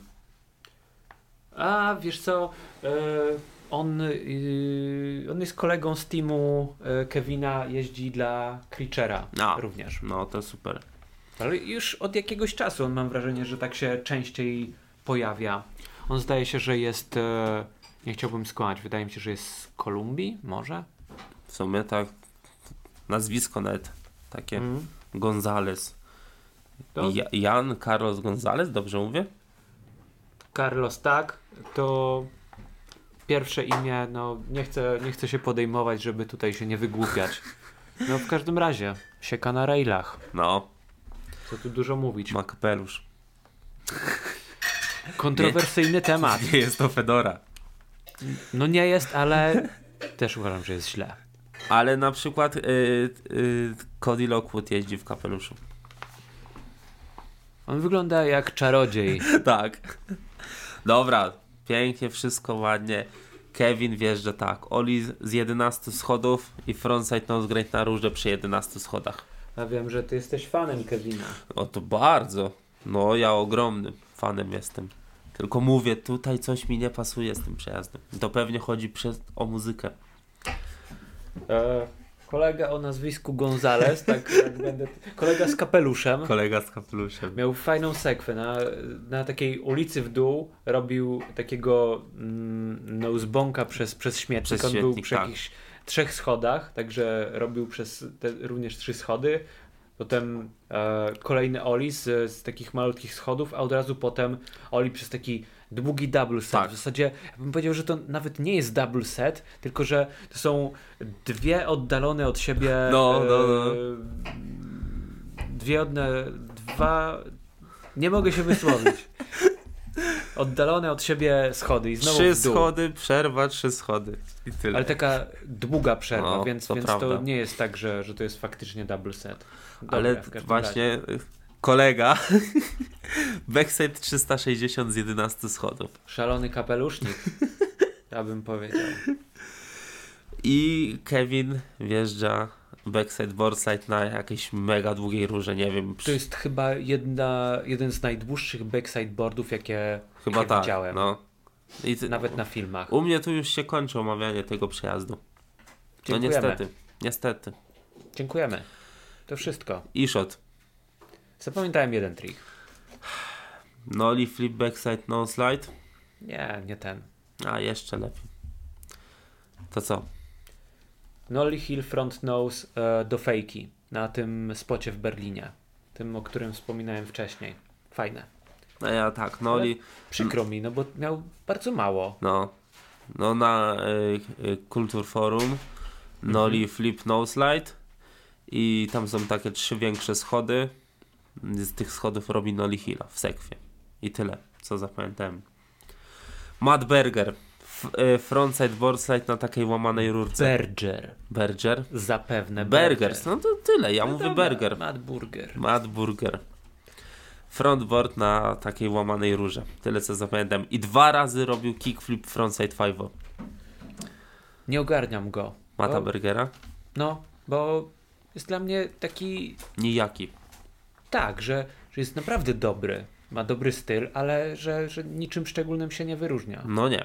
A wiesz co, on jest kolegą z teamu Kevina, jeździ dla Creaturera również. No, to super. Ale już od jakiegoś czasu on, mam wrażenie, że tak się częściej pojawia. On zdaje się, że jest, nie chciałbym skłamać, wydaje mi się, że jest z Kolumbii, może? W sumie tak, nazwisko nawet takie, Gonzales. To Jan Carlos Gonzales, dobrze mówię? Carlos tak, to pierwsze imię, no nie chcę się podejmować, żeby tutaj się nie wygłupiać. No w każdym razie, sieka na railach. No, Co tu dużo mówić. ma kapelusz. Kontrowersyjny temat. Nie jest to Fedora. No nie jest, ale też uważam, że jest źle. Ale na przykład Cody Lockwood jeździ w kapeluszu. On wygląda jak czarodziej. Tak. Dobra, pięknie, wszystko ładnie. Kevin wjeżdża tak. Oli z 11 schodów i frontside nosegrind na róże przy 11 schodach. A wiem, że ty jesteś fanem Kevina. O to bardzo. No ja ogromnym fanem jestem. Tylko mówię, tutaj coś mi nie pasuje z tym przejazdem. To pewnie chodzi o muzykę. Kolega o nazwisku Gonzales, tak jak będę... Kolega z kapeluszem. Kolega z kapeluszem. Miał fajną sekwę. Na takiej ulicy w dół robił takiego nosebonka przez śmietnik. Przez On był śmietnik, przy tak. jakichś 3 schodach, także robił przez te również 3 schody. Potem kolejny Oli z takich malutkich schodów, a od razu potem Oli przez taki długi double set. Tak. W zasadzie ja bym powiedział, że to nawet nie jest double set, tylko że to są dwie oddalone od siebie dwa nie mogę się wysłowić. Oddalone od siebie schody i znowu 3 w dół. schody, przerwa, 3 schody. I tyle. Ale taka długa przerwa, No, więc to to prawda. nie jest tak, że to jest faktycznie double set. Dobra, Ale w każdym właśnie kolega backside 360 z 11 schodów. Szalony kapelusznik, ja bym powiedział. I Kevin wjeżdża backside, boardside na jakiejś mega długiej rurze, nie wiem. To jest chyba jeden z najdłuższych backside boardów, jakie Chyba tak, widziałem. no. I Nawet na filmach. u mnie tu już się kończy omawianie tego przejazdu. No Dziękujemy. niestety. Dziękujemy. To wszystko. E-shot. Zapamiętałem jeden trik. Nollie flip backside no slide. Nie ten. A jeszcze lepiej. To co? Nollie heel front nose do fejki na tym spocie w Berlinie. Tym, o którym wspominałem wcześniej. Fajne. No ja tak, Nollie. Przykro mi, no bo miał bardzo mało. No na Kultur Forum Nollie flip no slide i tam są takie 3 większe schody. Z tych schodów robi Nollie Hilla w sekwie. I tyle, co zapamiętałem. Matt Berger frontside boardside na takiej łamanej rurce. Berger? Zapewne Burgers, no to tyle, ja mówię dobra, burger. Matt Burger. Frontboard na takiej łamanej rurze. Tyle co zapamiętam. I 2 razy robił kickflip frontside 5. Nie ogarniam go. Matta Bergera? No, bo jest dla mnie taki... Nijaki. Tak, że jest naprawdę dobry. Ma dobry styl, ale że niczym szczególnym się nie wyróżnia. No nie.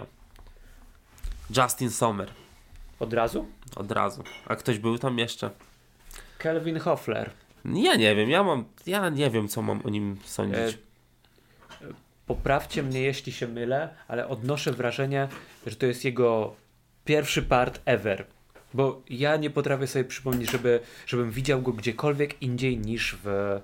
Justin Sommer. Od razu? Od razu. A ktoś był tam jeszcze? Kelvin Hoffler. Ja nie wiem, ja nie wiem co mam o nim sądzić. Poprawcie mnie jeśli się mylę, ale odnoszę wrażenie, że to jest jego pierwszy part ever. Bo ja nie potrafię sobie przypomnieć, żebym widział go gdziekolwiek indziej niż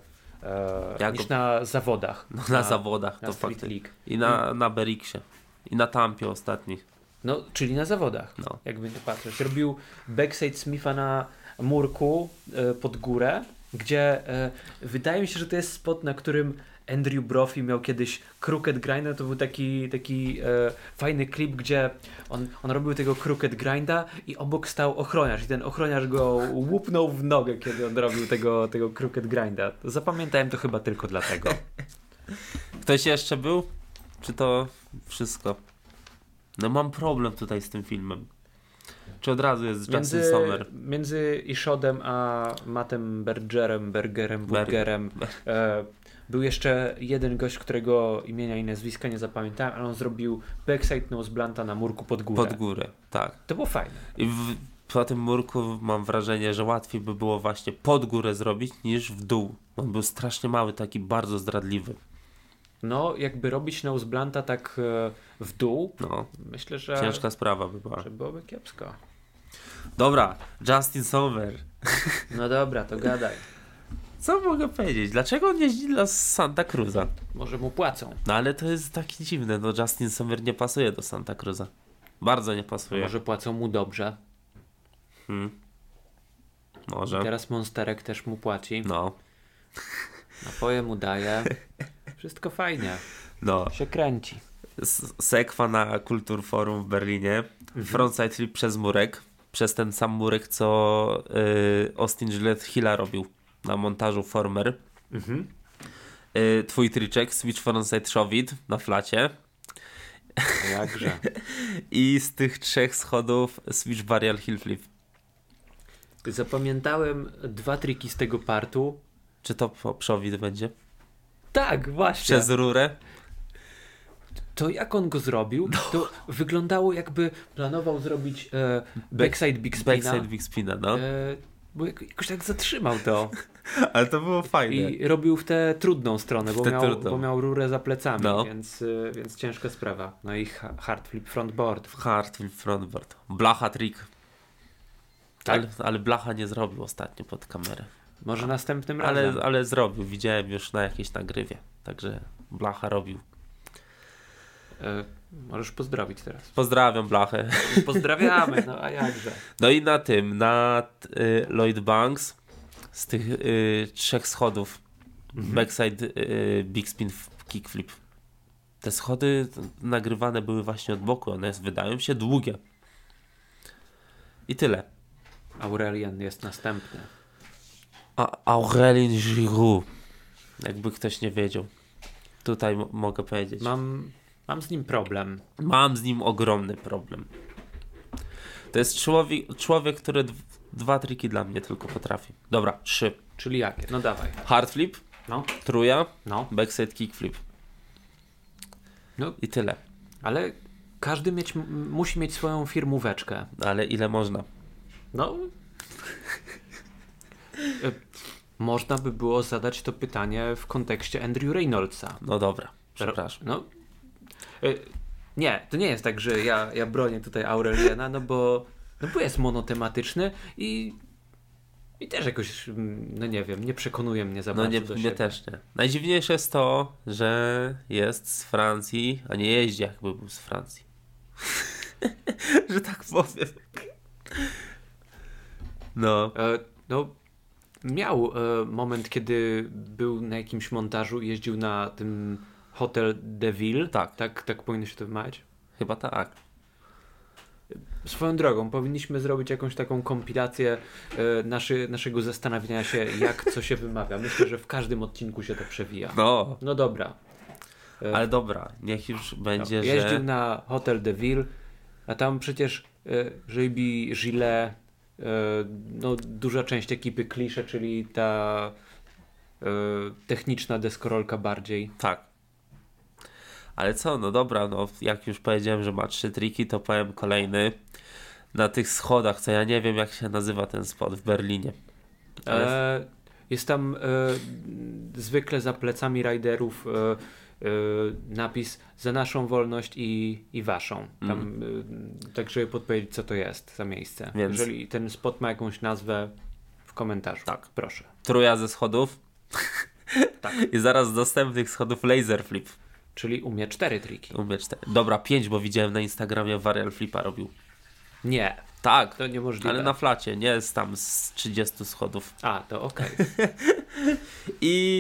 niż na zawodach. No, na zawodach na to Street faktycznie. League. I na Beriksie. I na Tampie ostatnich. No, czyli na zawodach. No. Jakby nie patrzeć. Robił backside Smitha na murku pod górę, gdzie wydaje mi się, że to jest spot, na którym Andrew Brophy miał kiedyś Crooked Grinda, to był taki fajny klip, gdzie on robił tego Crooked Grinda i obok stał ochroniarz i ten ochroniarz go łupnął w nogę, kiedy on robił tego Crooked Grinda. Zapamiętałem to chyba tylko dlatego. Ktoś jeszcze był? Czy to wszystko? No mam problem tutaj z tym filmem. Czy od razu jest Justin Sommer? Między Ishodem a Mattem Burgerem był jeszcze jeden gość, którego imienia i nazwiska nie zapamiętałem, ale on zrobił Backside Nose Blunta na murku pod górę. Pod górę, tak. To było fajne. I po tym murku mam wrażenie, że łatwiej by było właśnie pod górę zrobić niż w dół. On był strasznie mały, taki bardzo zdradliwy. No, jakby robić Nose Blunta tak w dół, No, myślę, że ciężka sprawa by była. że byłoby kiepsko. Dobra, Justin Sommer. No dobra, to gadaj. Co mogę powiedzieć? Dlaczego on jeździ dla Santa Cruza? Może mu płacą. No ale to jest takie dziwne, no Justin Sommer nie pasuje do Santa Cruza. Bardzo nie pasuje. Może płacą mu dobrze. Może. I teraz Monsterek też mu płaci. No. Napoje mu daje. Wszystko fajnie. No. Się kręci. Sekwa na Kulturforum w Berlinie. Frontside flip przez murek. Przez ten sam murek, co Austin Gillette Hilla robił na montażu Former. Twój triczek, switch frontside shove it na flacie. Jakże. I z tych 3 schodów switch varial hill flip. Zapamiętałem 2 triki z tego partu. Czy to shove it będzie? Tak, właśnie. Przez rurę? To jak on go zrobił, to wyglądało jakby planował zrobić backside big spina. Backside big spina, no. Bo jakoś tak zatrzymał to. Ale to było fajne. I robił w tę trudną stronę, bo miał rurę za plecami, No. więc ciężka sprawa. No i hard flip frontboard. Hard flip frontboard. Blacha trick. Tak? Ale Blacha nie zrobił ostatnio pod kamerę. Może następnym razem. Ale zrobił. Widziałem już na jakiejś nagrywie. Także Blacha robił. Możesz pozdrowić teraz. Pozdrawiam Blachę. Pozdrawiamy, no a jakże. No i na Lloyd Banks z tych 3 schodów backside big spin kickflip. Te schody nagrywane były właśnie od boku. One wydają się długie. I tyle. Aurelian jest następny. Aurelien Giroux. Jakby ktoś nie wiedział. Tutaj mogę powiedzieć. Mam z nim problem. Mam z nim ogromny problem. To jest człowiek, który 2 triki dla mnie tylko potrafi. Dobra, 3. Czyli jakie? No dawaj. Hard flip, No. truja, No. backside kickflip. No. I tyle. Ale każdy musi mieć swoją firmóweczkę. Ale ile można? No. Można by było zadać to pytanie w kontekście Andrew Reynoldsa. No dobra, przepraszam. No. Nie, to nie jest tak, że ja bronię tutaj Aureliana, no bo jest monotematyczny i też jakoś, no nie wiem, nie przekonuje mnie za No bardzo nie, do mnie siebie. też nie. Najdziwniejsze jest to, że jest z Francji, a nie jeździ jakby był z Francji. Że tak powiem. No. Miał moment, kiedy był na jakimś montażu i jeździł na tym Hotel de Ville. Tak powinno się to wymawiać? Chyba tak. Swoją drogą, powinniśmy zrobić jakąś taką kompilację naszego zastanawiania się, jak co się wymawia. Myślę, że w każdym odcinku się to przewija. No dobra. Ale dobra, niech już będzie, że... Jeździł na Hotel de Ville, a tam przecież Żybi, Gillet, no duża część ekipy klisze, czyli ta techniczna deskorolka bardziej. Tak. Ale co, no dobra, no jak już powiedziałem, że ma 3 triki, to powiem kolejny. Na tych schodach, co ja nie wiem jak się nazywa ten spot w Berlinie. Jest tam zwykle za plecami riderów napis za naszą wolność i waszą. Tam, tak żeby podpowiedzieć, co to jest za miejsce. Więc... Jeżeli ten spot ma jakąś nazwę, w komentarzu. Tak. Proszę. Truja ze schodów. Tak. I zaraz z dostępnych schodów laser flip. Czyli umie 4 triki. Umie 4. Dobra, 5, bo widziałem na Instagramie varial flipa robił. Nie. Tak. To niemożliwe. Ale na flacie, nie jest tam z 30 schodów. A, to okej. I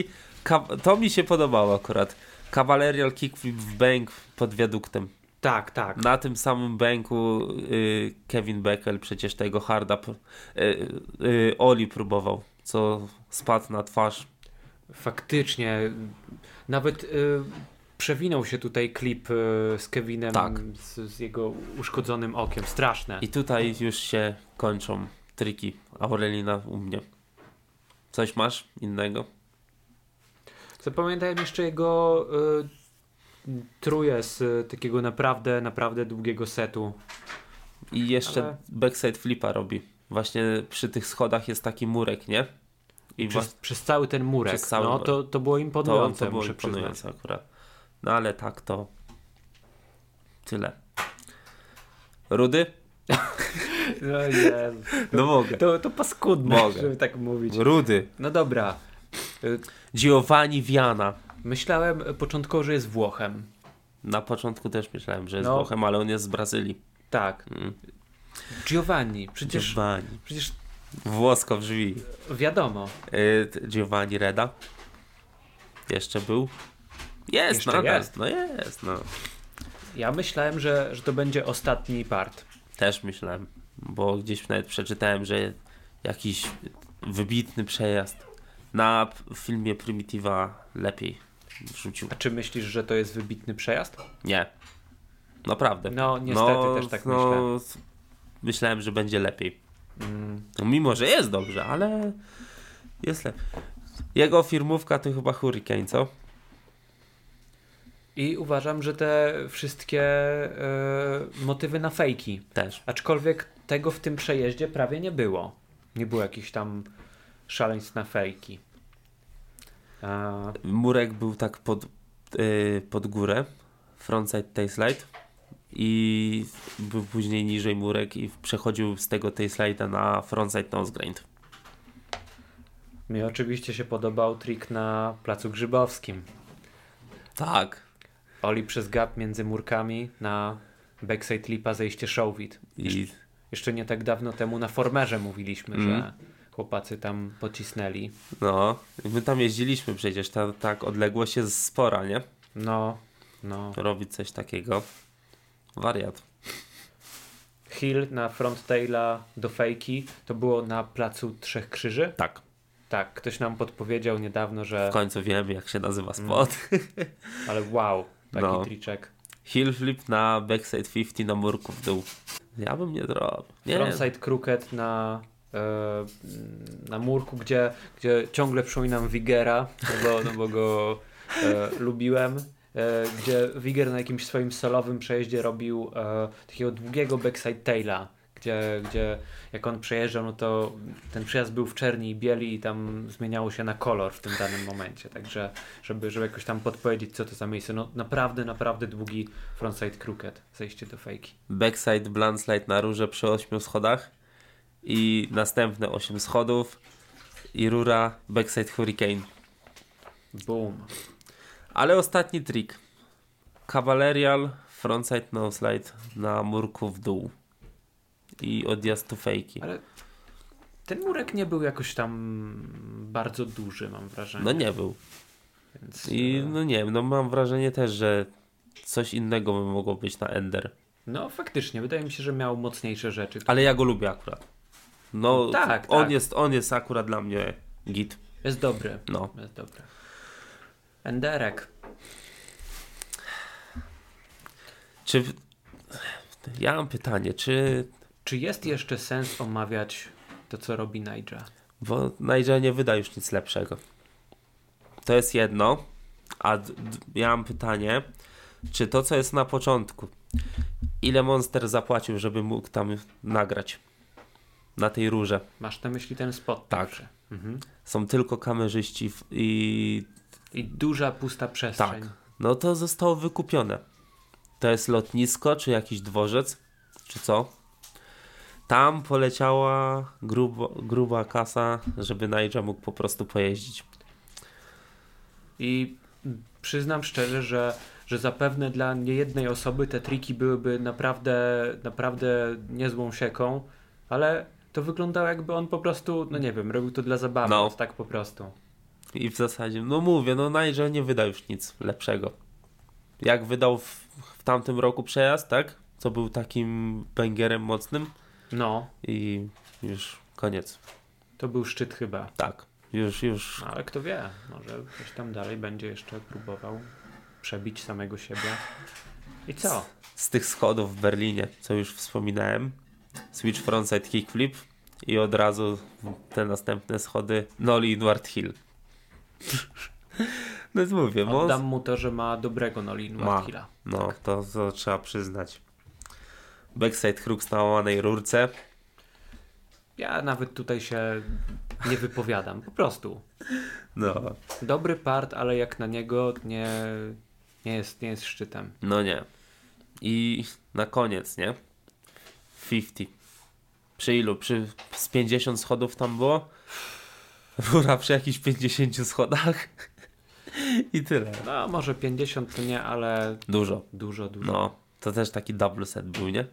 To mi się podobało akurat. Cavalerial kickflip w bank pod wiaduktem. Tak, tak. Na tym samym banku Kevin Beckel przecież tego harda Oli próbował, co spadł na twarz. Faktycznie. Nawet przewinął się tutaj klip z Kevinem Tak. z jego uszkodzonym okiem. Straszne. I tutaj już się kończą triki Aurelina u mnie. Coś masz innego? Zapamiętałem jeszcze jego truje z takiego naprawdę, naprawdę długiego setu. I jeszcze Ale- backside flipa robi. Właśnie przy tych schodach jest taki murek, nie? I Przez cały ten murek. Przez cały No murek. to było imponujące, to było muszę przyznać. imponujące akurat. No ale tak to tyle. Rudy? No Jezu. No mogę. To paskudne, Mogę. żeby tak mówić. Rudy. No dobra. Giovanni Viana. Myślałem początkowo, że jest Włochem. Na początku też myślałem, że jest No. Włochem, ale on jest z Brazylii. Tak. Giovanni. Giovanni. Przecież Włosko brzmi. wiadomo. Giovanni Reda. Jeszcze był. Jest, Jeszcze nadal. jest. No jest, no. Ja myślałem, że to będzie ostatni part. Też myślałem, bo gdzieś nawet przeczytałem, że jakiś wybitny przejazd na filmie Primitiva lepiej wrzucił. A czy myślisz, że to jest wybitny przejazd? Nie. Naprawdę. No niestety też tak myślę. Myślałem, że będzie lepiej. Mm. No, mimo, że jest dobrze, ale jest lepiej. Jego firmówka to chyba Hurricane, co? I uważam, że te wszystkie motywy na fejki. Też. Aczkolwiek tego w tym przejeździe prawie nie było. Nie było jakichś tam szaleństw na fejki. Murek był tak pod górę, frontside tailslide i był później niżej murek i przechodził z tego tailslide'a na frontside nosegrind. Mi oczywiście się podobał trik na Placu Grzybowskim. Tak. Oli przez gap między murkami na backside lipa zejście showit. I Jeszcze nie tak dawno temu na Formerze mówiliśmy, że chłopacy tam pocisnęli. no, my tam jeździliśmy przecież, ta odległość jest spora, nie? No. Robić coś takiego. Wariat. Hill na fronttaila do fejki to było na Placu Trzech Krzyży. Tak. Tak, ktoś nam podpowiedział niedawno, że... W końcu wiemy, jak się nazywa spot. Ale wow, taki No. triczek. Hill flip na backside 50 na murku w dół. Ja bym nie zrobił. Nie. Frontside crooked na murku, gdzie ciągle przypominam Wigera, bo go lubiłem. Gdzie Wiger na jakimś swoim solowym przejeździe robił takiego długiego backside taila, gdzie jak on przejeżdżał, no to ten przejazd był w czerni i bieli i tam zmieniało się na kolor w tym danym momencie. Także żeby jakoś tam podpowiedzieć, co to za miejsce. No naprawdę długi frontside crooked, zejście do fejki. Backside blunt slide na rurze przy 8 schodach i następne 8 schodów i rura backside hurricane. Boom. Ale ostatni trik. Cavalerial frontside no slide na murku w dół i odjazd to fejki. Ale ten murek nie był jakoś tam bardzo duży, mam wrażenie. No nie był. Więc, I no nie wiem, no mam wrażenie też, że coś innego by mogło być na Ender. no faktycznie, wydaje mi się, że miał mocniejsze rzeczy. Ale ja go lubię akurat. No Tak, on, tak. on jest akurat dla mnie git. Jest dobry. No. Jest dobry. Enderek. Czy ja mam pytanie, Czy jest jeszcze sens omawiać to, co robi Nigel? bo Nigel nie wyda już nic lepszego. To jest jedno, a ja mam pytanie, czy to, co jest na początku, ile Monster zapłacił, żeby mógł tam nagrać na tej rurze? Masz na myśli ten spot? Tak. Pierwszy. Mhm. Są tylko kamerzyści i I duża, pusta przestrzeń. tak, no to zostało wykupione. To jest lotnisko, czy jakiś dworzec, czy co? Tam poleciała gruba kasa, żeby Nigel mógł po prostu pojeździć. I przyznam szczerze, że zapewne dla niejednej osoby te triki byłyby naprawdę niezłą sieką, ale to wyglądało jakby on po prostu, no nie wiem, robił to dla zabawy, No. tak po prostu. I w zasadzie, no mówię, no Nigel nie wydał już nic lepszego. Jak wydał w tamtym roku przejazd, tak? Co był takim bęgerem mocnym No, i już koniec. to był szczyt chyba. Tak, już. No, ale kto wie, może ktoś tam dalej będzie jeszcze próbował przebić samego siebie. I co? Z tych schodów w Berlinie, co już wspominałem, switch frontside kickflip i od razu te następne schody nollie inward hill. No więc mówię, Oddam mu to, że ma dobrego Nollie inward hilla. No, to trzeba przyznać. Backside crux na łamanej rurce. Ja nawet tutaj się nie wypowiadam, po prostu. No, Dobry part, ale jak na niego nie jest szczytem. no nie. I na koniec, nie? 50. Przy ilu? Z 50 schodów tam było? Rura przy jakichś 50 schodach? I tyle. No może 50 to nie, ale Dużo. dużo. No, to też taki double set był, nie?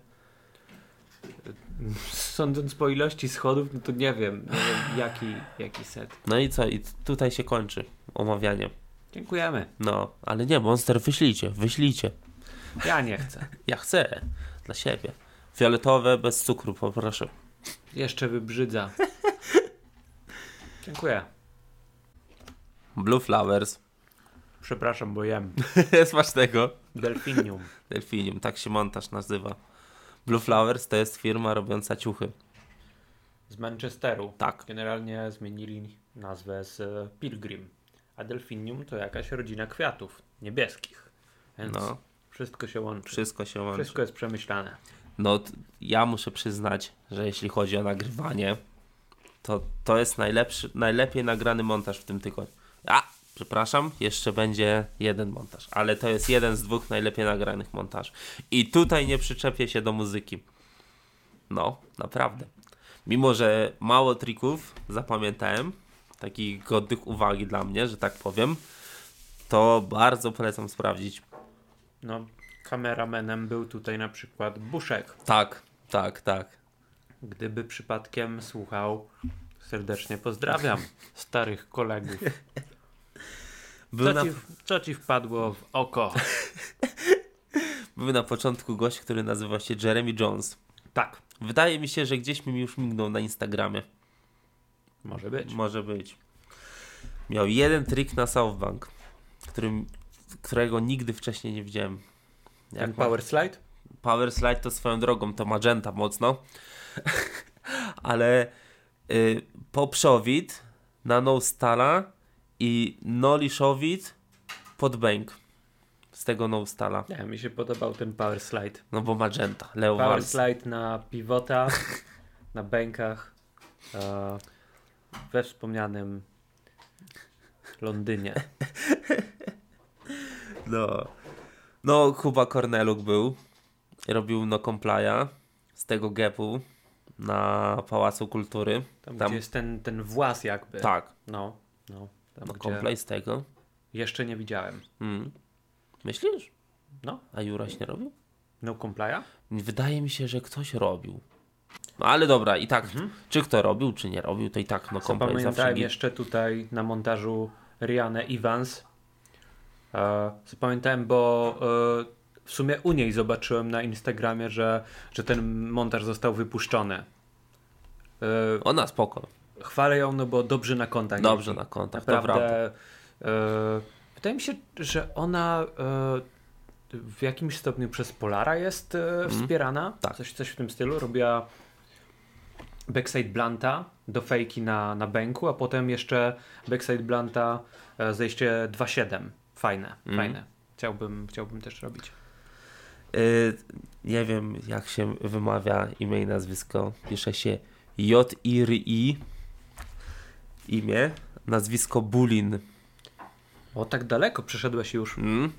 Sądząc po ilości schodów, no to nie wiem jaki set. No i co? I tutaj się kończy omawianie. Dziękujemy. No, ale nie, Monster, wyślijcie. Ja nie chcę. Ja chcę. Dla siebie. Fioletowe, bez cukru, poproszę. Jeszcze wybrzydza. Dziękuję. Blue Flowers. Przepraszam, bo jem. Smacznego. Delfinium. Delfinium, tak się montaż nazywa. Blue Flowers to jest firma robiąca ciuchy. Z Manchesteru. Tak. Generalnie zmienili nazwę z Pilgrim. A Delfinium to jakaś rodzina kwiatów niebieskich. Więc No, wszystko się łączy. wszystko się łączy. Wszystko jest przemyślane. No, ja muszę przyznać, że jeśli chodzi o nagrywanie, to jest najlepiej nagrany montaż w tym tygodniu. Przepraszam, jeszcze będzie jeden montaż, ale to jest jeden z 2 najlepiej nagranych montaży. I tutaj nie przyczepię się do muzyki. No, naprawdę. Mimo, że mało trików zapamiętałem, takich godnych uwagi dla mnie, że tak powiem, to bardzo polecam sprawdzić. No, kameramenem był tutaj na przykład Buszek. Tak. Gdyby przypadkiem słuchał, serdecznie pozdrawiam starych kolegów. Co ci wpadło w oko? Był na początku gość, który nazywa się Jeremy Jones. Tak, Wydaje mi się, że gdzieś mi już mignął na Instagramie. może być. Może być. Miał jeden trik na Southbank, którego nigdy wcześniej nie widziałem. Ten power slide? Power slide to swoją drogą, to magenta mocno. Ale poprzowid na no stala i noliszowid pod bank. Z tego no stala. Nie, mi się podobał ten power slide. No bo magenta. Leo Power Vals. slide na pivota, na bankach we wspomnianym Londynie. No, Kuba Korneluk był. Robił no complya z tego gapu na Pałacu Kultury. Tam gdzie jest ten włas jakby. Tak. No. Tam, No gdzie complay z tego. jeszcze nie widziałem. Myślisz? No. A Juraś nie robił? No complya? Wydaje mi się, że ktoś robił. No ale dobra, i tak, czy kto robił, czy nie robił, to i tak no complay zawsze Zapamiętałem git. jeszcze tutaj na montażu Rianę Evans. Zapamiętałem, bo w sumie u niej zobaczyłem na Instagramie, że ten montaż został wypuszczony. Ona spoko. Chwalę ją, no bo dobrze na kontach. Dobrze jeździ. na kontach, to prawda. Naprawdę. Wydaje mi się, że ona w jakimś stopniu przez Polara jest wspierana. Tak. Coś w tym stylu. Robiła backside blanta do fejki na bęku, a potem jeszcze backside blanta zejście 2.7. Fajne. Chciałbym też robić. Nie wiem, jak się wymawia imię i nazwisko. Pisze się J-I-R-I imię, nazwisko Bulin. O, tak daleko przeszedłeś już.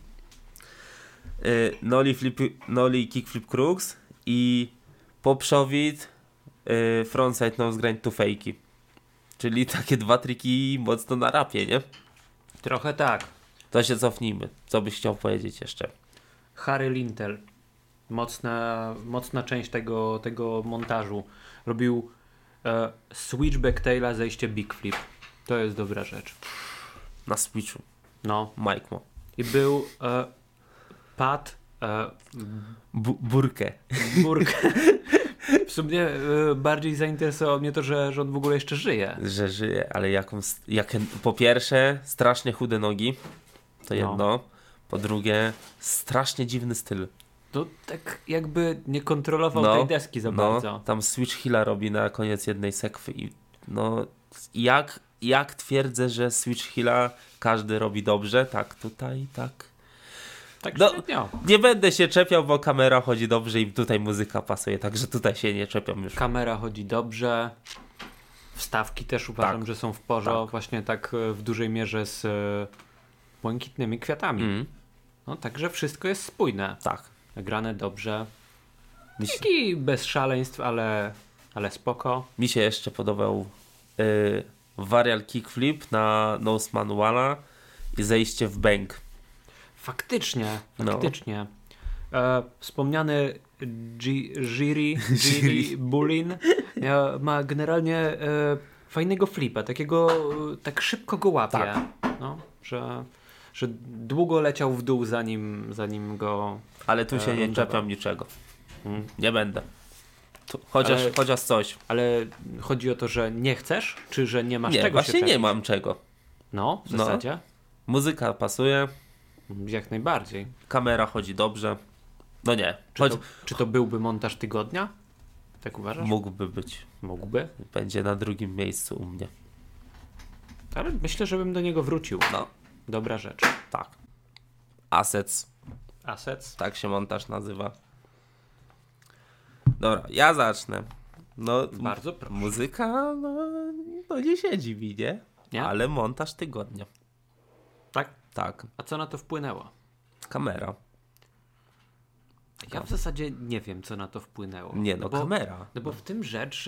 Nollie kickflip crux i poprzowid frontside nose grind to fake'i. Czyli takie 2 triki mocno na rapie, nie? Trochę tak. To się cofnijmy. Co byś chciał powiedzieć jeszcze? Harry Lintel. Mocna część tego montażu. Robił switchback taila, zejście big flip. To jest dobra rzecz. na Switchu. No. Mike ma. I był pad Burkę. Burkę. W sumie bardziej zainteresowało mnie to, że on w ogóle jeszcze żyje. Że żyje, ale po pierwsze strasznie chude nogi, to jedno. Po drugie strasznie dziwny styl. To tak jakby nie kontrolował tej deski za bardzo. Tam Switch Heala robi na koniec jednej sekwy i jak twierdzę, że Switch Heala każdy robi dobrze, tak tutaj, tak. Tak średnio. Nie będę się czepiał, bo kamera chodzi dobrze i tutaj muzyka pasuje, także tutaj się nie czepiam już. Kamera chodzi dobrze, wstawki też uważam, że są w porządku, właśnie tak w dużej mierze z błękitnymi kwiatami. No także wszystko jest spójne. Tak. Nagrane dobrze. Taki bez szaleństw, ale spoko. Mi się jeszcze podobał varial kickflip na nose manuala i zejście w bank. Faktycznie. Wspomniany Jiri Bulin ma generalnie fajnego flipa, takiego tak szybko go łapie. Tak. No, że długo leciał w dół zanim go ale tu się nie czepiam niczego. Nie będę. Chociaż coś. Ale chodzi o to, że nie chcesz? Czy że nie masz czego się właśnie czepić? nie mam czego. No, w zasadzie. Muzyka pasuje. Jak najbardziej. Kamera chodzi dobrze. No nie. Czy to byłby montaż tygodnia? Tak uważasz? Mógłby być. Mógłby? Będzie na drugim miejscu u mnie. Ale myślę, że bym do niego wrócił. No. Dobra rzecz. Tak. Assets. Tak się montaż nazywa. Dobra, ja zacznę. No, bardzo proszę. Muzyka, nie siedzi mi, nie? Ale montaż tygodnia. Tak? Tak. A co na to wpłynęło? Kamera. Ja w zasadzie nie wiem, co na to wpłynęło. Kamera. No bo w tym rzecz,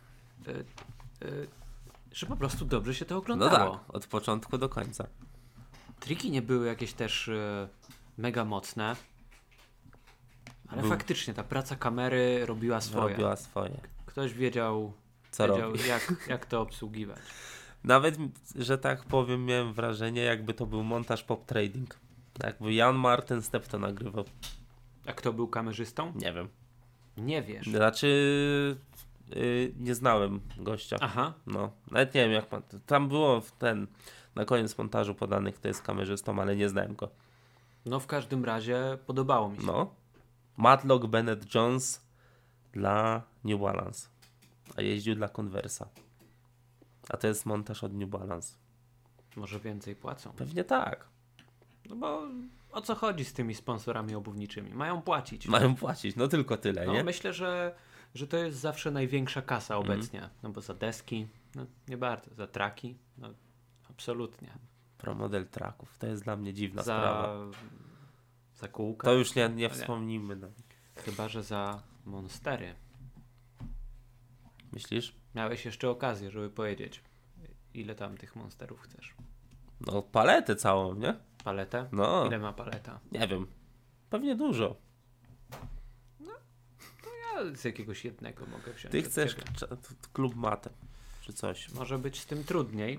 że po prostu dobrze się to oglądało. No tak, od początku do końca. Triki nie były jakieś też mega mocne, ale faktycznie ta praca kamery robiła swoje. Ktoś wiedział jak to obsługiwać. Nawet, że tak powiem, miałem wrażenie, jakby to był montaż pop trading. Jakby Jan Martin Step to nagrywał. A kto był kamerzystą? Nie wiem. Nie wiesz. Znaczy nie znałem gościa. Aha. No, nawet nie wiem jak pan. Tam było na koniec montażu podany, kto jest kamerzystą, ale nie znałem go. No w każdym razie podobało mi się. No. Matlock Bennett Jones dla New Balance. A jeździł dla Conversa. A to jest montaż od New Balance. Może więcej płacą. Pewnie tak. No bo o co chodzi z tymi sponsorami obuwniczymi? Mają płacić. No tylko tyle, nie? Myślę, że to jest zawsze największa kasa obecnie. No bo za deski, nie bardzo. Za traki, absolutnie. Promodel traków, to jest dla mnie dziwna sprawa. Za kółka. To już nie wspomnimy. No. Chyba, że za monstery. Myślisz? Miałeś jeszcze okazję, żeby powiedzieć, ile tam tych monsterów chcesz. No paletę całą, nie? Paletę? No. Ile ma paleta? Nie wiem. Pewnie dużo. No, to ja z jakiegoś jednego mogę wziąć. Ty chcesz klub matę, czy coś. Może być z tym trudniej.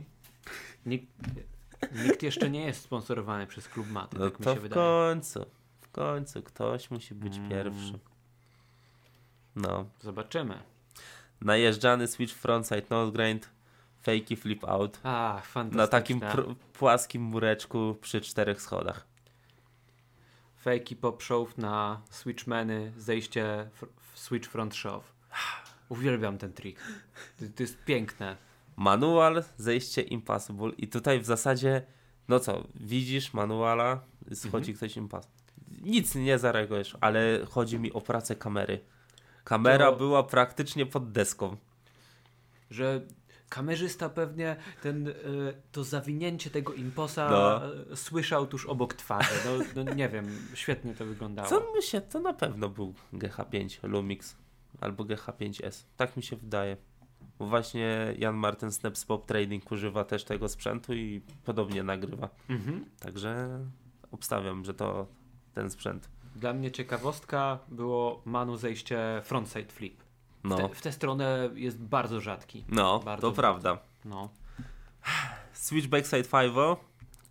Nikt jeszcze nie jest sponsorowany przez klub maty, tak mi się wydaje. W końcu ktoś musi być pierwszy. No. Zobaczymy. Najeżdżany switch frontside nose grind, fakey flip out. Fantastyczne. Na takim płaskim mureczku przy 4 schodach. Fakey pop shove na switchmeny, zejście w switch front shove. Uwielbiam ten trik. To jest piękne. Manual, zejście impossible i tutaj w zasadzie, no co, widzisz manuala, schodzi ktoś impossible. Nic nie zareagujesz, ale chodzi mi o pracę kamery. Kamera była praktycznie pod deską. Że kamerzysta pewnie to zawinięcie tego imposa słyszał tuż obok twarzy. No nie wiem, świetnie to wyglądało. To na pewno był GH5 Lumix albo GH5S. Tak mi się wydaje. Bo właśnie Jan Martin Snap z Pop Trading używa też tego sprzętu i podobnie nagrywa. Także obstawiam, że to ten sprzęt. Dla mnie ciekawostka było Manu zejście frontside flip. W tę stronę jest bardzo rzadki. No, bardzo to prawda. No. Switch backside 5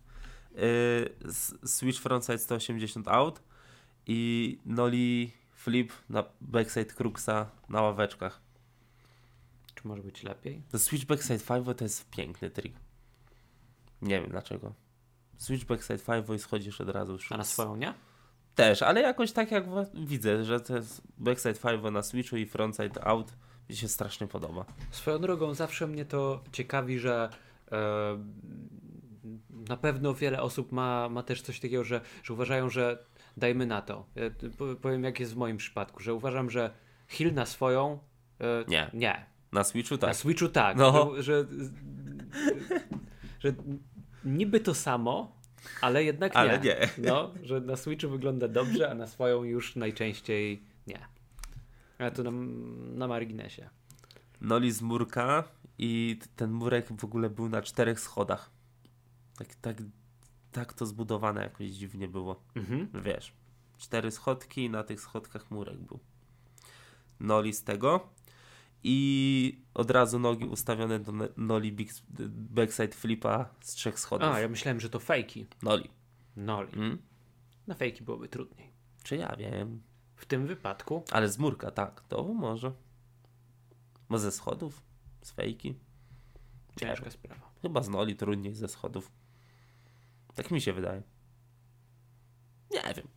switch frontside 180 out i nollie flip na backside Cruxa na ławeczkach. Czy może być lepiej? To switch backside 5 to jest piękny trik. Nie wiem dlaczego. Switch backside 5 i schodzisz od razu. A na swoją nie? Też, ale jakoś tak jak widzę, że to jest backside 5 na switchu i frontside out mi się strasznie podoba. Swoją drogą zawsze mnie to ciekawi, że na pewno wiele osób ma też coś takiego, że uważają, że dajmy na to. Ja powiem jak jest w moim przypadku, że uważam, że heel na swoją nie. Na switchu tak. Na switchu tak. No. Że niby to samo, ale jednak nie. Ale nie. No, że na switchu wygląda dobrze, a na swoją już najczęściej nie. Ale to na marginesie. Noli z murka i ten murek w ogóle był na 4 schodach. Tak to zbudowane jakoś dziwnie było. Wiesz, 4 schodki i na tych schodkach murek był. Noli z tego i od razu nogi ustawione do noli backside flipa z 3 schodów. A, ja myślałem, że to fejki. Noli. Na fejki byłoby trudniej. Czy ja wiem. W tym wypadku. Ale z murka, tak. To może. Może ze schodów? Z fejki? Ciężka sprawa. Chyba z noli trudniej ze schodów. Tak mi się wydaje. Nie wiem.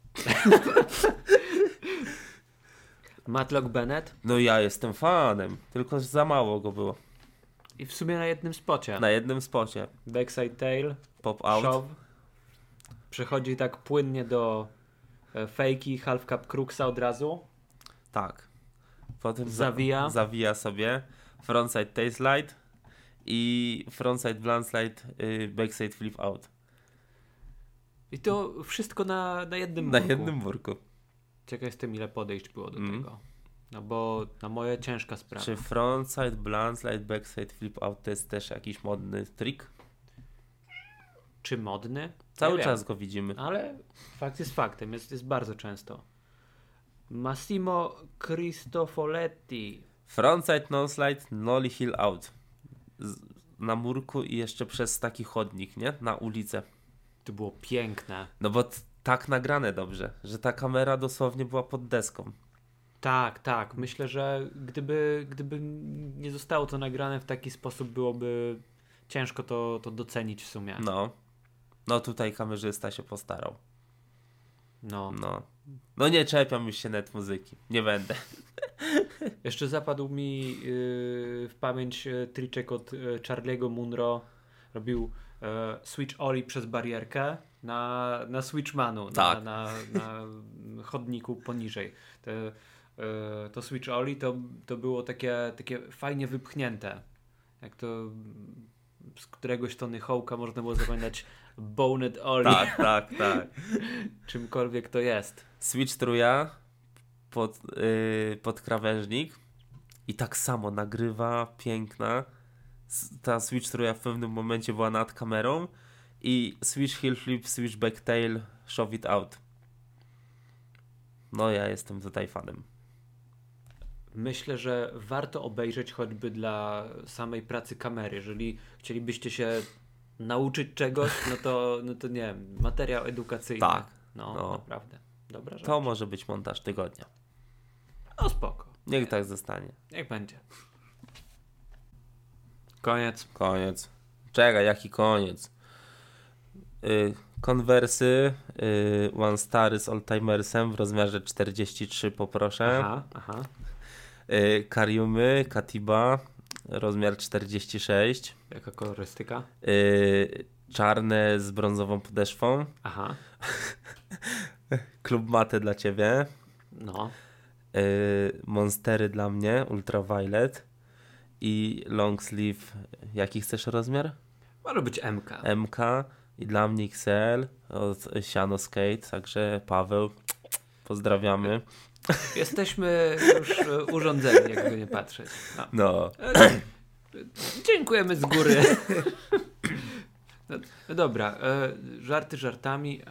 Matlock Bennett. No ja jestem fanem. Tylko za mało go było. I w sumie na jednym spocie. Na jednym spocie. Backside tail. Pop out. Shove. Przechodzi tak płynnie do fejki, half cap Cruxa od razu. Tak. Potem zawija sobie. Frontside tail slide i frontside blunt slide, backside flip out. I to wszystko na jednym Na murku. jednym murku. Ciekaw jestem, ile podejść było do tego. No bo na moje ciężka sprawa. Czy frontside blunt slide, backside flip out to jest też jakiś modny trik? Czy modny? Cały Nie czas wiem. go widzimy. Ale fakt jest faktem. Jest bardzo często. Massimo Cristofoletti. Frontside no slide, nollie heel out. Na murku i jeszcze przez taki chodnik, nie? Na ulicę. To było piękne. No bo tak nagrane dobrze, że ta kamera dosłownie była pod deską. Tak. Myślę, że gdyby nie zostało to nagrane w taki sposób, byłoby ciężko to docenić w sumie. No tutaj kamerzysta się postarał. No. No nie czepiam już się net muzyki. Nie będę. Jeszcze zapadł mi w pamięć triczek od Charlie'ego Munro. Robił switch ollie przez barierkę na switchmanu, tak. na chodniku poniżej. To switch ollie to było takie fajnie wypchnięte. Jak to z któregoś Tony Hawk'a można było zapamiętać boned ollie. Tak. Czymkolwiek to jest. Switch truja pod krawężnik i tak samo nagrywa, piękna. Ta switch truja w pewnym momencie była nad kamerą i switch heel flip, switch back tail, shove it out. No ja jestem tutaj fanem. Myślę, że warto obejrzeć choćby dla samej pracy kamery. Jeżeli chcielibyście się nauczyć czegoś, no to nie wiem, materiał edukacyjny. Tak. No. Naprawdę. Dobra rzecz. To może być montaż tygodnia. No spoko. Niech tak zostanie. Niech będzie. Koniec. Czekaj, jaki koniec? Konwersy One Star z Oldtimersem w rozmiarze 43 poproszę. Aha. Kariumy, Katiba, rozmiar 46. Jaka kolorystyka? Czarne z brązową podeszwą. Aha. Klub Mate dla ciebie. No. Monstery dla mnie, Ultraviolet. I long sleeve, jaki chcesz rozmiar? Może być MK. MK i dla mnie XL od Siano Skate, także Paweł, pozdrawiamy. Jesteśmy już urządzeni, jakby nie patrzeć. No. Dziękujemy z góry. No dobra, żarty żartami.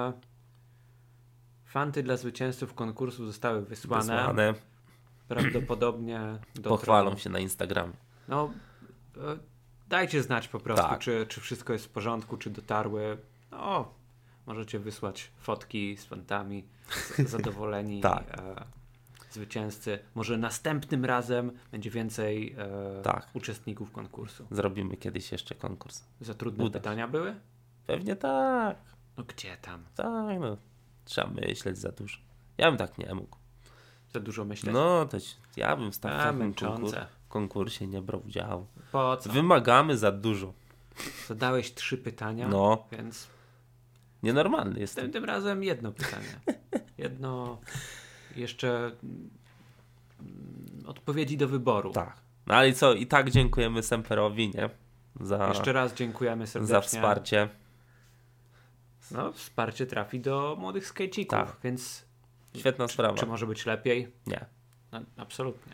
Fanty dla zwycięzców konkursu zostały wysłane. Prawdopodobnie pochwalą się na Instagramie. No, dajcie znać po prostu, tak. czy wszystko jest w porządku, czy dotarły. No, No, możecie wysłać fotki z fantami, zadowoleni Tak. zwycięzcy. Może następnym razem będzie więcej Tak. uczestników konkursu. Zrobimy kiedyś jeszcze konkurs. Za trudne Uda się. pytania były? Pewnie tak. No gdzie tam? Tak, no. Trzeba myśleć za dużo. Ja bym tak nie mógł. Za dużo myśleć? No, to ja bym w takim męczące. konkursie nie brał udziału. Po co? Wymagamy za dużo. Zadałeś 3 pytania, No, więc nienormalny jestem. tym razem jedno pytanie. Jedno jeszcze odpowiedzi do wyboru. Tak. No ale i co? I tak dziękujemy Semperowi, nie? Jeszcze raz dziękujemy serdecznie. Za wsparcie. No, wsparcie trafi do młodych skejcików, Tak. więc Świetna sprawa. czy może być lepiej? Nie. No, absolutnie.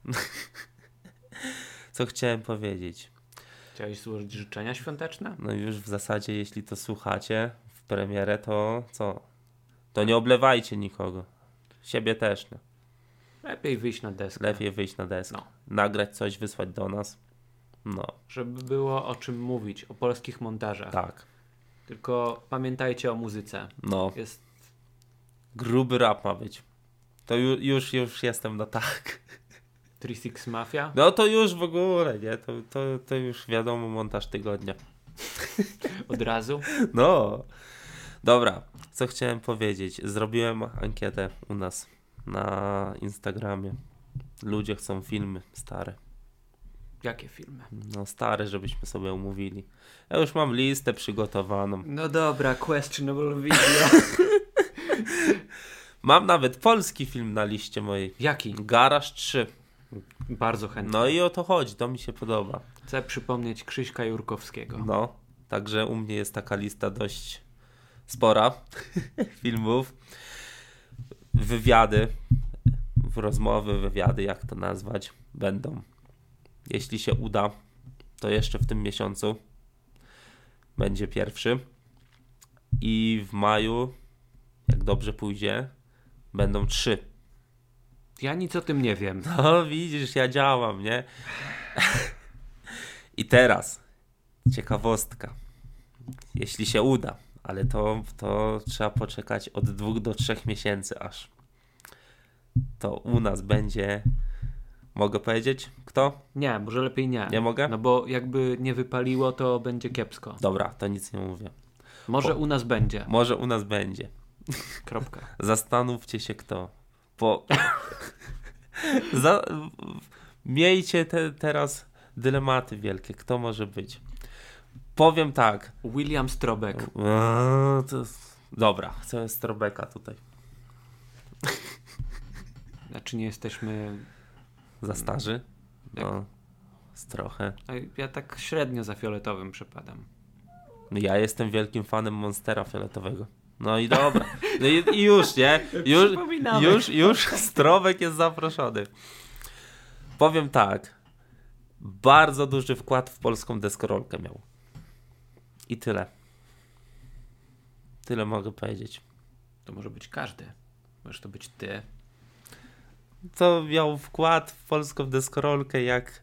Co chciałem powiedzieć? Chciałeś złożyć życzenia świąteczne? No już w zasadzie, jeśli to słuchacie w premierę, to co? To nie oblewajcie nikogo. Siebie też, nie? Lepiej wyjść na deskę. Lepiej wyjść na deskę. No. Nagrać coś, wysłać do nas. No, Żeby było o czym mówić, o polskich montażach. tak. Tylko pamiętajcie o muzyce. No, Jest gruby rap ma być. To już jestem na tak. 3-6 Mafia. No to już w ogóle, nie? To już wiadomo, montaż tygodnia. Od razu. No. Dobra, co chciałem powiedzieć. Zrobiłem ankietę u nas na Instagramie. Ludzie chcą filmy stare. Jakie filmy? No stare, żebyśmy sobie umówili. Ja już mam listę przygotowaną. No dobra, questionable video. Mam nawet polski film na liście mojej. Jaki? Garaż 3. Bardzo chętnie. No i o to chodzi, to mi się podoba. Chcę przypomnieć Krzyśka Jurkowskiego. No, także u mnie jest taka lista dość spora filmów. Wywiady, wywiady, jak to nazwać, będą. Jeśli się uda, to jeszcze w tym miesiącu będzie pierwszy. I w maju, jak dobrze pójdzie, będą 3. Ja nic o tym nie wiem. No widzisz, ja działam, nie? I teraz ciekawostka. Jeśli się uda, ale to trzeba poczekać od 2 do 3 miesięcy aż. To u nas będzie... Mogę powiedzieć? Kto? Nie, może lepiej nie. Nie mogę? No bo jakby nie wypaliło, to będzie kiepsko. Dobra, to nic nie mówię. Może u nas będzie. Może u nas będzie. Kropka. Zastanówcie się kto. Miejcie teraz dylematy wielkie. Kto może być? Powiem tak. William Strobek. Dobra, chcę Strobeka tutaj. Znaczy nie jesteśmy... Za starzy? Jak? No, trochę. Ja tak średnio za fioletowym przepadam. Ja jestem wielkim fanem Monstera fioletowego. No i dobra. No i już, nie? Już Strobek jest zaproszony. Powiem tak. Bardzo duży wkład w polską deskorolkę miał. I tyle. Tyle mogę powiedzieć. To może być każdy. Możesz to być ty. To miał wkład w polską deskorolkę, jak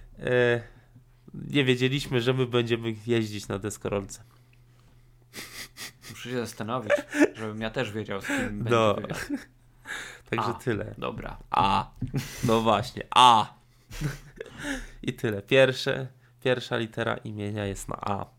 nie wiedzieliśmy, że my będziemy jeździć na deskorolce. Muszę się zastanowić, żebym ja też wiedział, z kim No. będzie wywiad. Także tyle. Dobra. No właśnie. I tyle. Pierwsza litera imienia jest na A.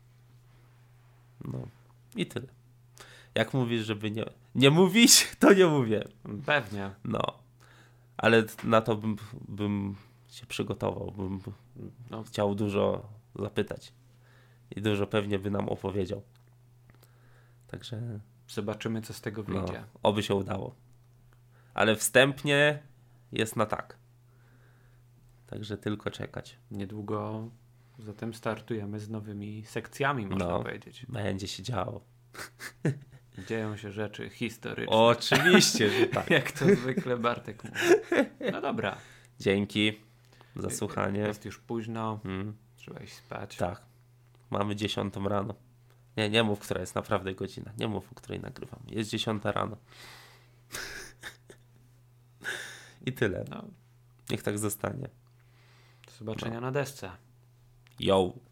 No. I tyle. Jak mówisz, żeby nie mówić, to nie mówię. Pewnie. No. Ale na to bym się przygotował. Bym chciał dużo zapytać. I dużo pewnie by nam opowiedział. Także... Zobaczymy, co z tego wyjdzie. Oby się udało. Ale wstępnie jest na tak. Także tylko czekać. Niedługo zatem startujemy z nowymi sekcjami, można powiedzieć. Będzie się działo. Dzieją się rzeczy historyczne. Oczywiście, że tak. Jak to zwykle Bartek mówi. No dobra. Dzięki za słuchanie. Jest już późno. Trzeba iść spać. Tak. Mamy 10 rano. Nie mów, która jest naprawdę godzina. Nie mów, o której nagrywam. Jest 10 rano. I tyle. No. Niech tak zostanie. Do zobaczenia na desce. Yo.